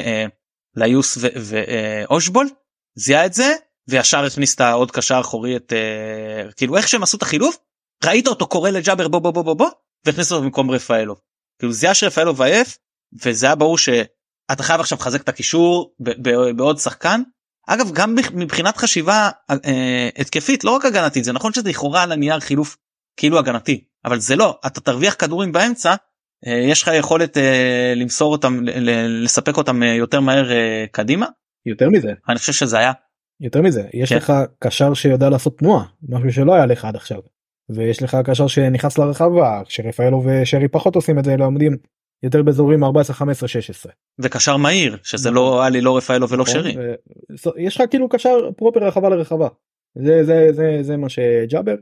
ליוס ואושבולט, uh, זיהה את זה וישר הכניס את העוד קשר אחורי את uh, כאילו איך שהם עשו את החילוף, ראית אותו קורא לג'אבר בוא בוא בוא בוא בוא והכניס אותו במקום רפאלוב, כאילו זיהה שרפאלוב עייף, וזה היה ברור שאתה חייב עכשיו לחזק את הקישור בעוד שחקן. אגב גם מבחינת חשיבה אה, התקפית לא רק הגנתית, זה נכון שזה לכאורה על הנייר חילוף כאילו הגנתי, אבל זה לא, אתה תרוויח כדורים באמצע, אה, יש לך יכולת אה, למסור אותם, לספק אותם אה, יותר מהר אה, קדימה. יותר מזה אני חושב שזה היה יותר מזה, יש כן. לך קשר שיודע לעשות תנועה, משהו שלא היה לך עד עכשיו, ויש לך קשר שנכנס לרחבה, כשרפאלו ושרי פחות עושים את זה, לא עומדים יותר באזורים ארבע עשרה חמש עשרה שש עשרה. וקשר מהיר, שזה לא היה לי לא רפאלו ולא שרי. יש לך כאילו קשר פרופר רחבה לרחבה, זה זה זה זה מה שג'אבר,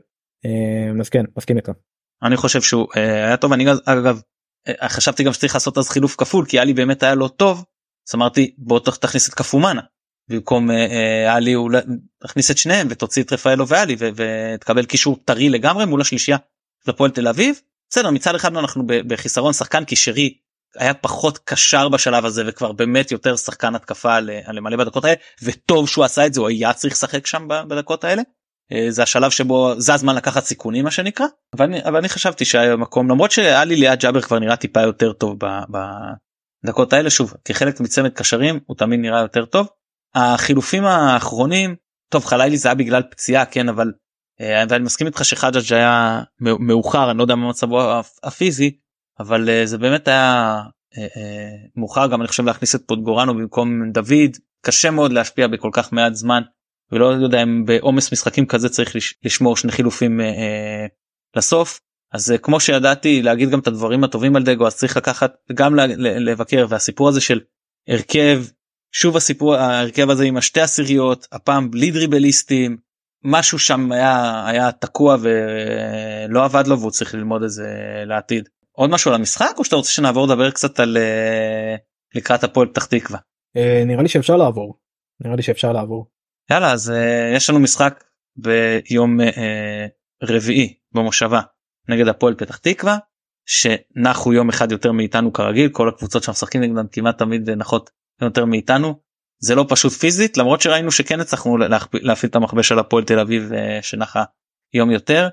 אז כן, מסכים איתך. אני חושב שהוא היה טוב, אני אגב חשבתי גם שצריך לעשות אז חילוף כפול, כי אלי באמת היה לא טוב, אז אמרתי בוא תכניס את קפומנה, במקום אלי הוא תכניס את שניהם ותוציא את רפאלו ואלי ותקבל קישור טרי לגמרי מול השלישייה לפועל תל אביב. בסדר, מצד אחד אנחנו בחיסרון שחקן, כי שרי היה פחות קשר בשלב הזה וכבר באמת יותר שחקן התקפה למלא בדקות האלה, וטוב שהוא עשה את זה, הוא היה צריך לשחק שם בדקות האלה, זה השלב שבו זה הזמן לקחת סיכונים מה שנקרא, אבל אני, אבל אני חשבתי שהיה מקום, למרות שאלי ליד ג'אבר כבר נראה טיפה יותר טוב בדקות האלה, שוב כחלק מצמד קשרים הוא תמיד נראה יותר טוב. החילופים האחרונים, טוב חלילי זה היה בגלל פציעה כן, אבל ואני מסכים איתך שחג'ג' היה מאוחר, אני לא יודע מה מצבו הפיזי, אבל זה באמת היה מאוחר, גם אני חושב להכניס את פוטגורנו במקום דוד, קשה מאוד להשפיע בכל כך מעט זמן, ולא יודע אם בעומס משחקים כזה צריך לשמור שני חילופים לסוף. אז כמו שידעתי להגיד גם את הדברים הטובים על דגו, אז צריך לקחת גם לבקר, והסיפור הזה של הרכב, שוב הסיפור ההרכב הזה עם השתי עשיריות, הפעם בלי דריבליסטים, משהו שם היה היה תקוע ולא עבד לו, והוא צריך ללמוד את זה לעתיד. עוד משהו על המשחק, או שאתה רוצה שנעבור לדבר קצת על לקראת הפועל פתח תקווה? נראה לי שאפשר לעבור, נראה לי שאפשר לעבור. יאללה, אז יש לנו משחק ביום רביעי במושבה נגד הפועל פתח תקווה, שנחו יום אחד יותר מאיתנו כרגיל, כל הקבוצות שמשחקים נגדם כמעט תמיד נחות יותר מאיתנו, זה לא פשוט פיזית, למרות שראינו שכן הצלחנו להפעיל את המכבש של הפועל תל אביב שנחה יום יותר.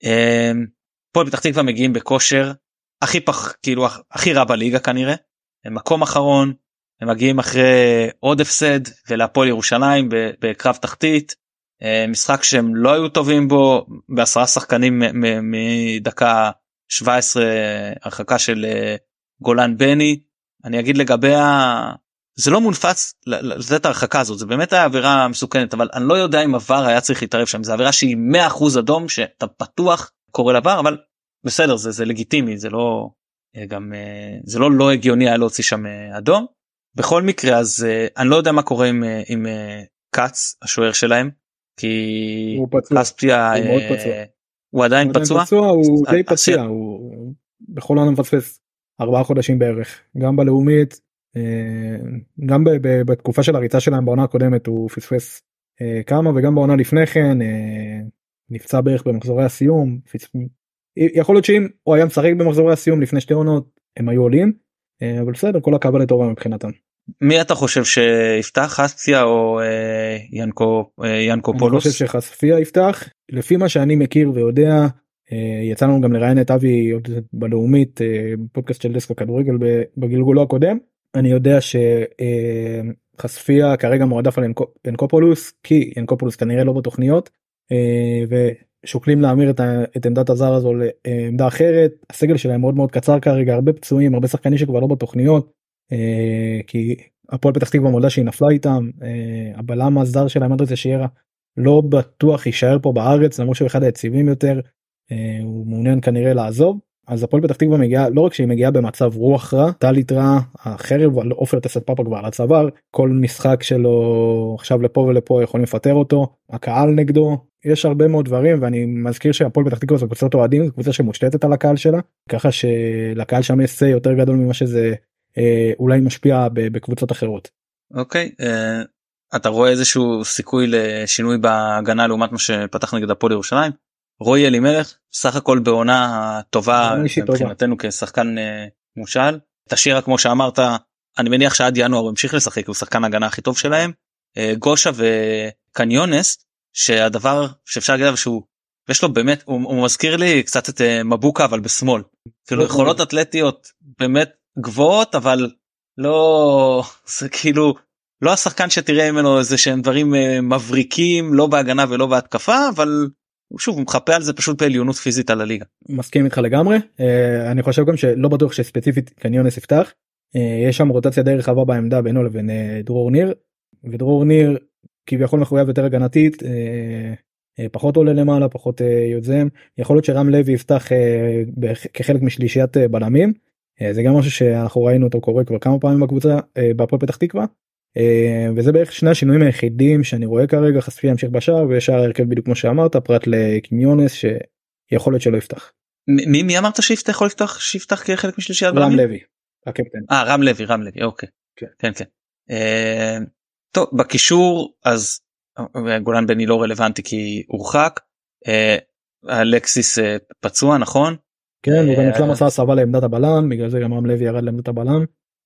הפועל פתח תקווה מגיעים בכושר הכי פח, כאילו הכי רע בליגה כנראה, מקום אחרון, הם מגיעים אחרי עוד הפסד, ולהפועל ירושלים בקרב תחתית, משחק שהם לא היו טובים בו, בעשרה שחקנים מדקה שבע עשרה הרחקה של גולן בני. אני אגיד לגבי ה... זה לא מונפץ לתת הרחקה הזאת, זה באמת היה עבירה מסוכנת, אבל אני לא יודע אם עבר היה צריך להתערב שם, זה עבירה שהיא מאה אחוז אדום, שאתה פתוח קורא לעבר, אבל בסדר, זה, זה לגיטימי, זה לא, גם, זה לא לא הגיוני היה להוציא שם אדום. בכל מקרה, אז אני לא יודע מה קורה עם, עם קץ, השוער שלהם, כי הוא פצוע, קספיה, הוא מאוד פצוע. הוא עדיין פצוע? הוא די פציע, הוא בכל העונה מפספס ארבעה חודשים בערך, גם בלאומית, גם בתקופה של הריצה שלהם בעונה הקודמת הוא פספס כמה, וגם בעונה לפני כן נפצע בערך במחזורי הסיום, יכול להיות שאם הוא היה משחק במחזורי הסיום לפני שתי עונות הם היו עולים, אבל בסדר, כל הקבלה לטובה מבחינתם. מי אתה חושב שיפתח, חספיה או אה, ינקו, אה, ינקו פולוס? אני חושב שחספיה יפתח, לפי מה שאני מכיר ויודע, אה, יצא לנו גם לראיין את אבי בלאומית, אה, פודקאסט של דסק הכדורגל בגלגולו הקודם, אני יודע שחספיה כרגע מועדף על ינקופולוס, כי ינקופולוס כנראה לא בתוכניות, אה, ושוקלים להמיר את, את עמדת הזר הזו לעמדה אחרת, הסגל שלהם מאוד מאוד קצר כרגע, הרבה פצועים, הרבה שחקנים שכבר לא בתוכניות, אה, כי הפועל פתח תקווה מודה שהיא נפלה איתם, אה, הבלם הזר שלהם אנדרס ישיירה לא בטוח יישאר פה בארץ, למרות שהוא אחד היציבים יותר, אה, הוא מעוניין כנראה לעזוב, אז הפועל פתח תקווה מגיעה, לא רק שהיא מגיעה במצב רוח רע, טלית רע, החרב על עופר טסת פאפה כבר על הצוואר, כל משחק שלו עכשיו לפה ולפה יכולים לפטר אותו, הקהל נגדו, יש הרבה מאוד דברים, ואני מזכיר שהפועל פתח תקווה זו קבוצת אוהדים, זו קבוצה שמושתתת על הקהל שלה, ככה שלקהל שם יש סי יותר גדול ממה שזה אה, אולי משפיע בקבוצות אחרות. אוקיי, אה, אתה רואה איזשהו סיכוי לשינוי בהגנה לעומת מה שפתח נגד הפועל ירושלים? רועי אלימלך סך הכל בעונה טובה מבחינתנו כשחקן אה, מושל, תשאירה כמו שאמרת, אני מניח שעד ינואר הוא המשיך לשחק, הוא שחקן הגנה הכי טוב שלהם, אה, גושה וקניונס, שהדבר שאפשר להגיד שהוא, יש לו באמת, הוא, הוא מזכיר לי קצת את uh, מבוקה אבל בשמאל, כאילו יכולות אתלטיות באמת גבוהות, אבל לא, זה כאילו, לא השחקן שתראה ממנו איזה שהם דברים uh, מבריקים, לא בהגנה ולא בהתקפה, אבל שוב, הוא מחפה על זה פשוט בעליונות פיזית על הליגה. מסכים איתך לגמרי, uh, אני חושב גם שלא בטוח שספציפית קניונס יפתח, uh, יש שם רוטציה די רחבה בעמדה בינו לבין uh, דרור ניר, ודרור ניר, כביכול מחויב יותר הגנתית, אה, אה, פחות עולה למעלה, פחות אה, יוזם, יכול להיות שרם לוי יפתח אה, כחלק משלישיית אה, בלמים, אה, זה גם משהו שאנחנו ראינו אותו קורה כבר כמה פעמים בקבוצה, אה, בהפועל פתח תקווה, אה, וזה בערך שני השינויים היחידים שאני רואה כרגע, חספיה ימשיך בשער, ושער הרכב בדיוק כמו שאמרת, פרט לקניונס שיכול להיות שלא יפתח. מי, מי אמרת שיפתח, יכול לפתח, שיפתח כחלק משלישיית בלמים? רם לוי, הקפטן. אה, רם לוי, רם לוי, אוקיי. כן, כן. כן. אה... טוב, בקישור אז גולן בני לא רלוונטי כי הורחק, אלקסיס פצוע נכון? כן, הוא גם נפלם עשה הסבה לעמדת הבלם, בגלל זה גם רם לוי ירד לעמדת הבלם,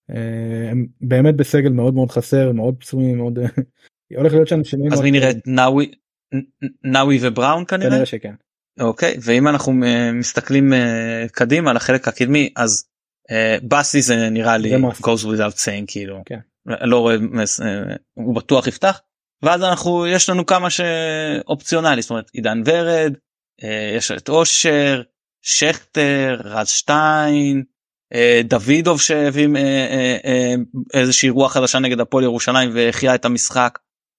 הם באמת בסגל מאוד מאוד חסר, מאוד פצועים, מאוד הולך להיות שם שינויים. אז מי נראה? נאווי נאווי ובראון כנראה? כנראה שכן. אוקיי, ואם אנחנו מסתכלים קדימה על החלק הקדמי, אז בסי זה נראה לי goes without saying, כאילו לא רואה, הוא בטוח יפתח, ואז אנחנו יש לנו כמה שאופציונלי, זאת אומרת עידן ורד, יש את אושר, שכטר, רז שטיין, דוידוב שהביא איזושהי רוח חדשה נגד הפועל ירושלים והחייה את המשחק,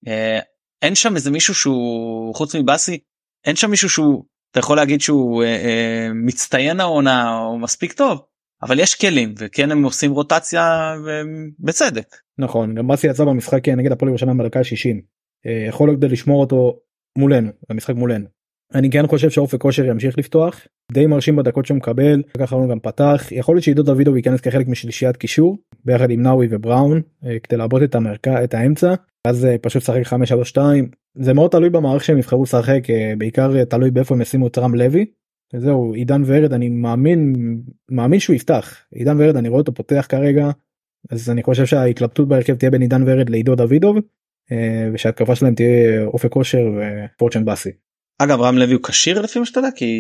אין שם איזה מישהו שהוא חוץ מבאסי, אין שם מישהו שהוא אתה יכול להגיד שהוא מצטיין העונה או מספיק טוב, אבל יש כלים וכן הם עושים רוטציה בצדק. נכון, גם באסי יצא במשחק נגד הפועל ירושלים בדקה שישים, יכול להיות כדי לשמור אותו מולנו, במשחק מולנו. אני כן חושב שאופק כושר ימשיך לפתוח, די מרשים בדקות שהוא מקבל, ככה הוא גם פתח, יכול להיות שעידו דוידוב ייכנס כחלק משלישיית קישור, ביחד עם נאווי ובראון, כדי לעבוד את המרקע, את האמצע, אז פשוט שחק חמש שלוש שתיים, זה מאוד תלוי במערך שהם יבחרו לשחק, בעיקר תלוי באיפה הם ישימו את רם לוי, וזהו, עידן ורד אני מאמין, מאמין שהוא יפתח, עידן ורד אני רואה אותו פותח כרגע, אז אני חושב שההתלבטות בהרכב תהיה בין עידן ורד לעידו דוידוב, ושההתקפה שלהם תהיה אופק כושר ופורצ'ן באסי. אגב רם לוי הוא כשיר לפי מה שאתה יודע, כי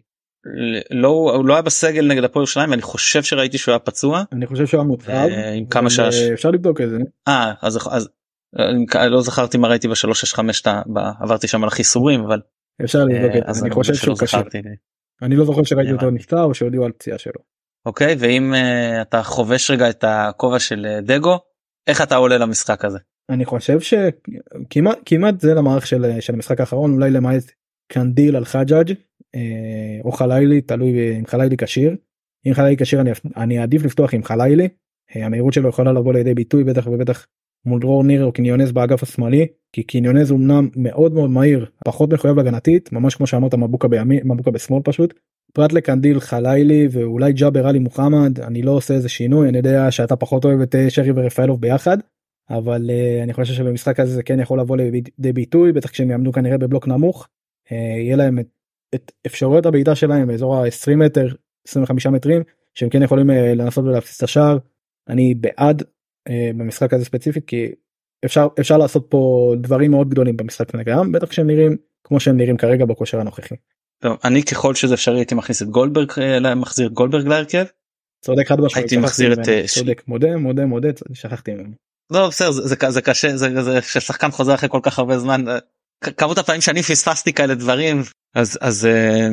לא, הוא לא היה בסגל נגד הפועל ירושלים, ואני חושב שראיתי שהוא היה פצוע. אני חושב שהוא היה מוצב, עם כמה שש... אפשר לבדוק את זה. אה, אז, אז לא זכרתי מה ראיתי בשלוש שש חמש, עברתי שם על החיסורים, אבל אפשר לבדוק את זה, אני חושב שהוא כשיר. אני לא זוכר שראיתי אותו נפצע או שהודיעו על פציעה שלו. אוקיי, ואם אתה חובש רגע את הכובע של דגו, איך אתה עולה למשחק הזה? אני חושב שכמעט כמעט זה למערך של, של המשחק האחרון, אולי למעט קנדיל על חג'אג' או חלילי, תלוי אם חלילי כשיר. אם חלילי כשיר אני, אני אעדיף לפתוח עם חלילי, המהירות שלו יכולה לבוא לידי ביטוי בטח ובטח מול דרור ניר או קניונז באגף השמאלי, כי קניונז הוא אמנם מאוד מאוד מהיר, פחות מחויב הגנתית, ממש כמו שאמרת מבוקה בימין, מבוקה בשמאל פשוט, פרט לקנדיל חלילי ואולי ג'אבר עלי מוחמד, אני לא עושה איזה שינוי, אני יודע שאתה פחות אוהב את שרי ורפאלוב ביחד, אבל uh, אני חושב שבמשחק הזה זה כן יכול לבוא לידי ביטוי, בטח כשהם יעמדו כנראה בבלוק נמוך, יהיה להם את, את אפשרויות הבעיטה שלהם באזור ה-עשרים מטר, עשרים וחמישה מטרים, שהם כן יכולים לנסות ולהפסיס את השער. אני בעד במשחק הזה ספציפית, כי אפשר, אפשר לעשות פה דברים מאוד גדולים במשחק נגדם, בטח שהם נראים כמו שהם נראים כרגע בכושר הנוכחי. טוב, אני ככל שזה אפשרי הייתי מכניס את גולדברג, מחזיר את גולדברג להרכב. צודק חד משמעית. הייתי מחזיר את... צודק, מודה, מודה, מודה, שכחתי ממנו. לא, בסדר, זה, זה, זה קשה, זה, זה ששחקן חוזר אחרי כל כך הרבה זמן, כמות הפעמים שאני פספסתי כאלה דברים, אז, אז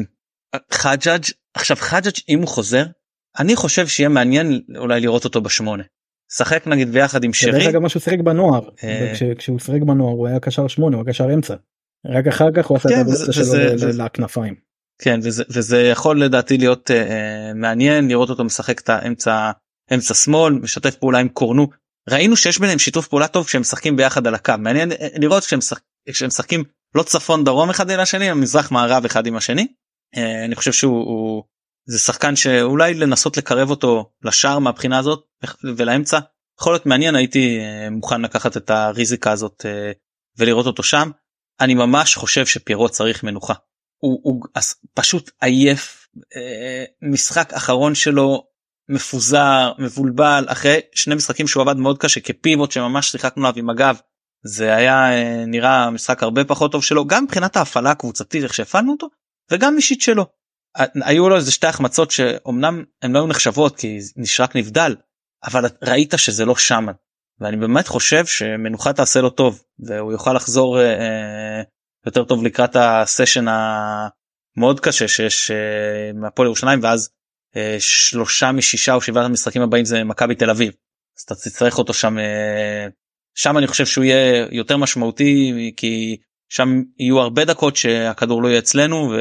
חג'אג', עכשיו חג'אג' אם הוא חוזר, אני חושב שיהיה מעניין אולי לראות אותו בשמונה. שחק נגיד ביחד עם שרי. דרך אגב מה שהוא שיחק בנוער, כשהוא שיחק בנוער הוא היה קשר שמונה, הוא היה קשר אמצע. רק אחר כך הוא עשה את הדרוצה שלו לכנפיים. כן, וזה, וזה יכול לדעתי להיות אה, מעניין לראות אותו משחק את האמצע, אמצע שמאל, משתף פעולה עם קורנו. ראינו שיש ביניהם שיתוף פעולה טוב כשהם משחקים ביחד על הקו. מעניין לראות כשהם, משחק, כשהם משחקים לא צפון דרום אחד עם השני, מזרח מערב אחד עם השני. אה, אני חושב שהוא הוא, זה שחקן שאולי לנסות לקרב אותו לשער מהבחינה הזאת ולאמצע. יכול להיות מעניין, הייתי אה, מוכן לקחת את הריזיקה הזאת אה, ולראות אותו שם. אני ממש חושב שפירו צריך מנוחה. הוא, הוא פשוט עייף, אה, משחק אחרון שלו מפוזר, מבולבל, אחרי שני משחקים שהוא עבד מאוד קשה כפיבוט שממש שיחקנו עליו עם הגב, זה היה אה, נראה משחק הרבה פחות טוב שלו, גם מבחינת ההפעלה הקבוצתית איך שהפעלנו אותו, וגם אישית שלו. היו לו איזה שתי החמצות שאומנם הן לא היו נחשבות כי נשרק נבדל, אבל ראית שזה לא שם, ואני באמת חושב שמנוחה תעשה לו טוב, והוא יוכל לחזור אה, יותר טוב לקראת הסשן המאוד קשה שיש אה, מהפועל ירושלים, ואז אה, שלושה משישה או שבעת המשחקים הבאים זה מכבי תל אביב, אז אתה תצטרך אותו שם, אה, שם אני חושב שהוא יהיה יותר משמעותי, כי שם יהיו הרבה דקות שהכדור לא יהיה אצלנו,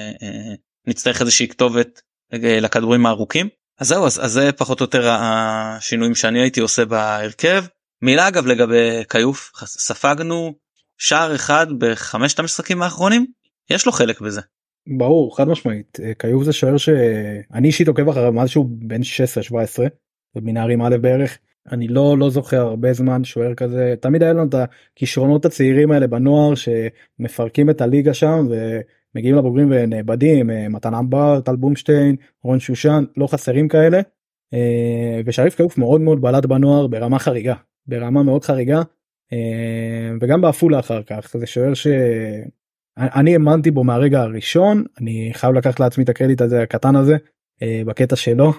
ונצטרך אה, איזושהי כתובת אה, לכדורים הארוכים. אז זהו, אז, אז זה פחות או יותר השינויים שאני הייתי עושה בהרכב. מילה אגב לגבי קיוף, ספגנו שער אחד בחמשת המשחקים האחרונים, יש לו חלק בזה. ברור, חד משמעית. קיוף זה שוער שאני אישית עוקב אחריו מאז שהוא בן שש עשרה שבע עשרה, במנהרים א' בערך. אני לא לא זוכר הרבה זמן שוער כזה, תמיד היה לנו את הכישרונות הצעירים האלה בנוער שמפרקים את הליגה שם ומגיעים לבוגרים ונאבדים, מתן אמבר, טל בומשטיין, רון שושן, לא חסרים כאלה. ושריף קיוף מאוד מאוד בלט בנוער ברמה חריגה, ברמה מאוד חריגה, וגם בעפולה אחר כך. זה שוער שאני האמנתי בו מהרגע הראשון, אני חייב לקחת לעצמי את הקרדיט הזה הקטן הזה בקטע שלו.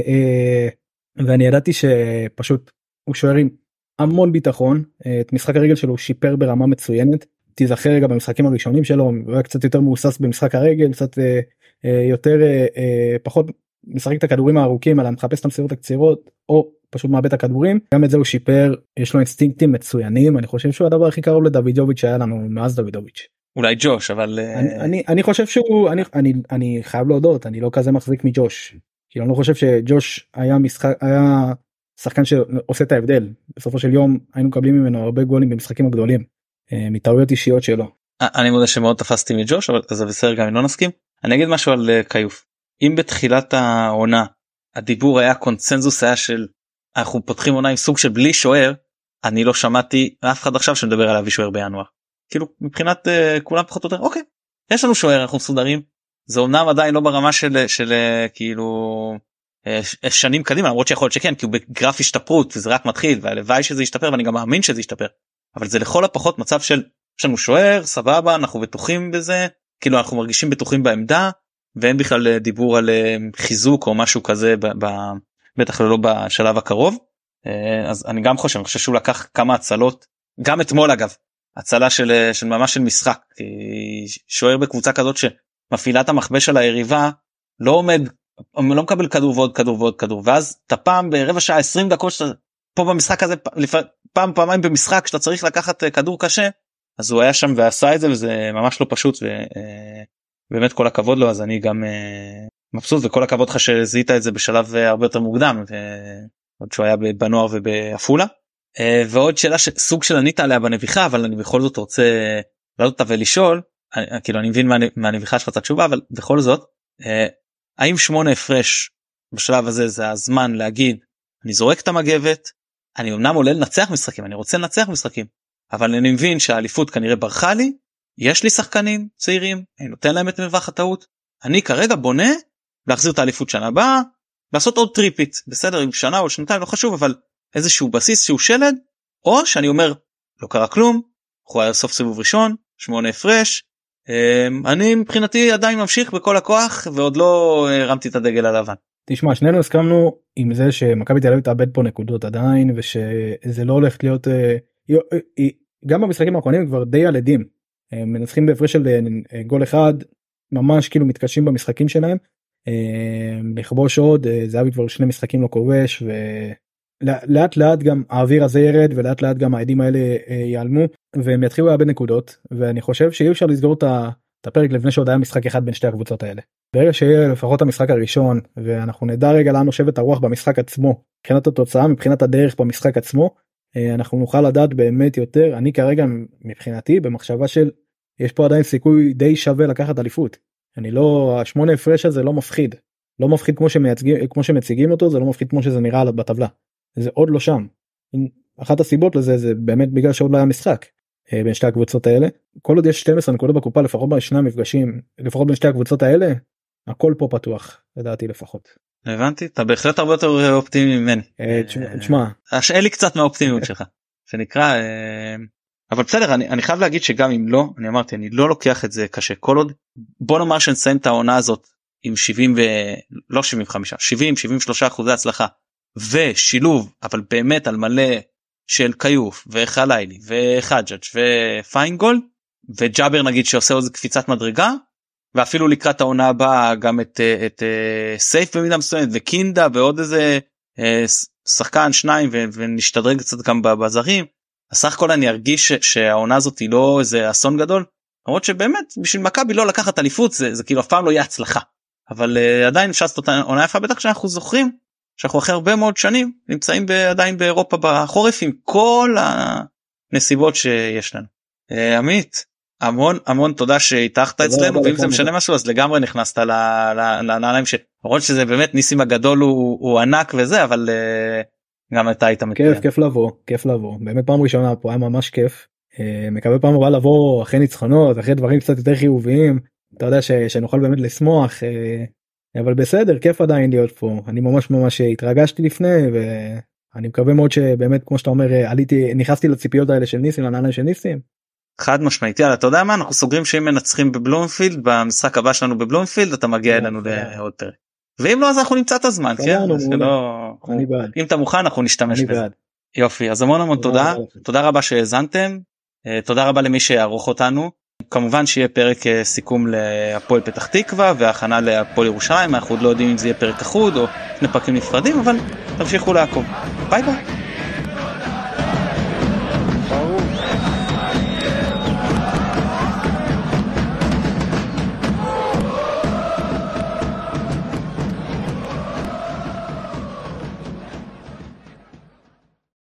ואני ידעתי שפשוט הוא שוער עם המון ביטחון, את משחק הרגל שלו הוא שיפר ברמה מצוינת, תיזכר רגע במשחקים הראשונים שלו, הוא היה קצת יותר מאוסס במשחק הרגל, קצת יותר, פחות משחק את הכדורים הארוכים, אלא מחפש את המסירות הקצירות, או פשוט מאבד את הכדורים, גם את זה הוא שיפר, יש לו אינסטינקטים מצוינים, אני חושב שהוא הדבר הכי קרוב לדוידוביץ' שהיה לנו מאז דוידוביץ'. אולי ג'וש, אבל... אני, אני, אני חושב שהוא, אני, אני, אני חייב להודות, אני לא כזה מחזיק מג'וש. כי אני לא חושב שג'וש היה משחק, היה שחקן שעושה את ההבדל. בסופו של יום היינו מקבלים ממנו הרבה גולים במשחקים הגדולים, מטעויות אישיות שלו. אני מודה שמאוד תפסתי מג'וש, אבל זה בסדר גם אם לא נסכים. אני אגיד משהו על קיוף. אם בתחילת העונה הדיבור היה קונצנזוס היה של אנחנו פותחים עונה עם סוג של בלי שוער, אני לא שמעתי אף אחד עכשיו שמדבר על להביא שוער בינואר. כאילו מבחינת uh, כולם פחות או יותר, אוקיי, יש לנו שוער, אנחנו מסודרים. זה אומנם עדיין לא ברמה של, של כאילו שנים קדימה, למרות שיכול להיות שכן, כי הוא בגרף השתפרות וזה רק מתחיל, והלוואי שזה ישתפר ואני גם מאמין שזה ישתפר, אבל זה לכל הפחות מצב של יש לנו שוער, סבבה, אנחנו בטוחים בזה, כאילו אנחנו מרגישים בטוחים בעמדה, ואין בכלל דיבור על חיזוק או משהו כזה, ב, ב, בטח לא בשלב הקרוב. אז אני גם חושב, אני חושב שהוא לקח כמה הצלות, גם אתמול אגב, הצלה של, של ממש של משחק, כי שוער בקבוצה כזאת ש מפעילה את המחבש של היריבה, לא עומד, לא מקבל כדור ועוד כדור ועוד כדור, ואז אתה פעם ברבע שעה עשרים דקות שאתה פה במשחק הזה, פעם פעמיים במשחק שאתה צריך לקחת כדור קשה, אז הוא היה שם ועשה את זה, וזה ממש לא פשוט, ובאמת כל הכבוד לו, אז אני גם מבסוט, וכל הכבוד לך שזיהית את זה בשלב הרבה יותר מוקדם, עוד שהוא היה בנוער ובאפולה. ועוד שאלה שסוג של ענית עליה בנביחה, אבל אני בכל זאת רוצה לעלות אותה ולשאול, אני, כאילו אני מבין מה, מהנביחה שלך את התשובה, אבל בכל זאת, אה, האם שמונה הפרש בשלב הזה זה הזמן להגיד, אני זורק את המגבת, אני אמנם עולה לנצח משחקים, אני רוצה לנצח משחקים, אבל אני מבין שהאליפות כנראה ברחה לי, יש לי שחקנים צעירים, אני נותן להם את מרווח הטעות, אני כרגע בונה להחזיר את האליפות שנה הבאה, לעשות עוד טריפית, בסדר, עם שנה או שנתיים, לא חשוב, אבל איזשהו בסיס שהוא שלד, או שאני אומר, לא קרה כלום, אנחנו סוף סיבוב ראשון, שמונה הפרש, אני מבחינתי עדיין ממשיך בכל הכוח, ועוד לא הרמתי את הדגל הלבן. תשמע, שנינו הסכמנו עם זה שמכבי תל אביב תאבד פה נקודות עדיין, ושזה לא הולך להיות, גם במשחקים האחרונים כבר די ילדים, מנצחים בהפרש של גול אחד, ממש כאילו מתקשים במשחקים שלהם, לכבוש עוד, זה היה כבר שני משחקים לא כובש, ולאט לאט גם האוויר הזה ירד, ולאט לאט גם העדים האלה ייעלמו, והם יתחילו לאבד נקודות, ואני חושב שאי אפשר לסגור את הפרק לפני שעוד היה משחק אחד בין שתי הקבוצות האלה. ברגע שיהיה לפחות המשחק הראשון, ואנחנו נדע רגע לאן נושבת הרוח במשחק עצמו, מבחינת התוצאה, מבחינת הדרך במשחק עצמו, אנחנו נוכל לדעת באמת יותר. אני כרגע מבחינתי במחשבה של יש פה עדיין סיכוי די שווה לקחת אליפות. אני לא, השמונה הפרש הזה לא מפחיד, לא מפחיד כמו שמייצגים, כמו שמציגים אותו, זה לא מפחיד כמו שזה נראה בטבלה, זה עוד לא שם. אחת הסיבות לזה זה באמת בגלל שעוד לא היה משחק בין שתי הקבוצות האלה. כל עוד יש שתים עשרה נקודות בקופה, לפחות בשני המפגשים, לפחות בין שתי הקבוצות האלה, הכל פה פתוח, לדעתי לפחות. הבנתי, אתה בהחלט הרבה יותר אופטימי ממני. תשמע, השאל לי קצת מהאופטימיות שלך, שנקרא, אבל בסדר, אני, אני חייב להגיד שגם אם לא, אני אמרתי, אני לא לוקח את זה קשה, כל עוד, בוא נאמר שנסיים את העונה הזאת עם שבעים ו... לא שבעים וחמש, שבעים, שבעים ושלושה אחוזי הצלחה, ושילוב, אבל באמת על מלא של קיוף, וחלילי, וחג'ג' ופיינגולד, וג'אבר נגיד שעושה עוד קפיצת מדרגה, ואפילו לקראת העונה הבאה גם את, את, את סייף במידה מסוימת, וקינדה, ועוד איזה שחקן, שניים, ונשתדרג קצת גם בזרים, הסך הכל אני ארגיש שהעונה הזאת היא לא איזה אסון גדול, למרות שבאמת בשביל מכבי לא לקחת אליפות זה, זה כאילו אף פעם לא יהיה הצלחה, אבל uh, עדיין אפשר לעשות עונה יפה, בטח שאנחנו זוכרים שאנחנו אחרי הרבה מאוד שנים נמצאים ב, עדיין באירופה בחורף עם כל הנסיבות שיש לנו. uh, עמית, המון המון תודה שהתארחת אצלנו, ואם זה משנה משהו אז לגמרי נכנסת לנעליים, למרות שזה באמת ניסים הגדול הוא, הוא ענק וזה, אבל uh, גם אתה היית מצוין. כיף, כיף לבוא, כיף לבוא. באמת פעם ראשונה פה היה ממש כיף. מקווה פעם הבאה לבוא אחרי ניצחונות, אחרי דברים קצת יותר חיוביים. אתה יודע ש, שנוכל באמת לשמוח, אבל בסדר, כיף עדיין להיות פה. אני ממש ממש התרגשתי לפני, ואני מקווה מאוד שבאמת, כמו שאתה אומר, עליתי, נכנסתי לציפיות האלה של ניסים, לנעליים של ניסים. חד משמעית, יאללה, אתה יודע מה? אנחנו סוגרים שאם מנצחים בבלומפילד, במשחק הבא שלנו בבלומפילד, אתה מגיע אלינו לעוד פרק. ואם לא אז אנחנו נמצא את הזמן, כן? אם אתה מוכן אנחנו נשתמש בזה. יופי, אז המון המון תודה, תודה רבה שהאזנתם, תודה רבה למי שיערוך אותנו, כמובן שיהיה פרק סיכום להפועל פתח תקווה והכנה להפועל ירושלים, אנחנו עוד לא יודעים אם זה יהיה פרק אחוד או שני פרקים נפרדים, אבל תמשיכו לעקוב, ביי ביי.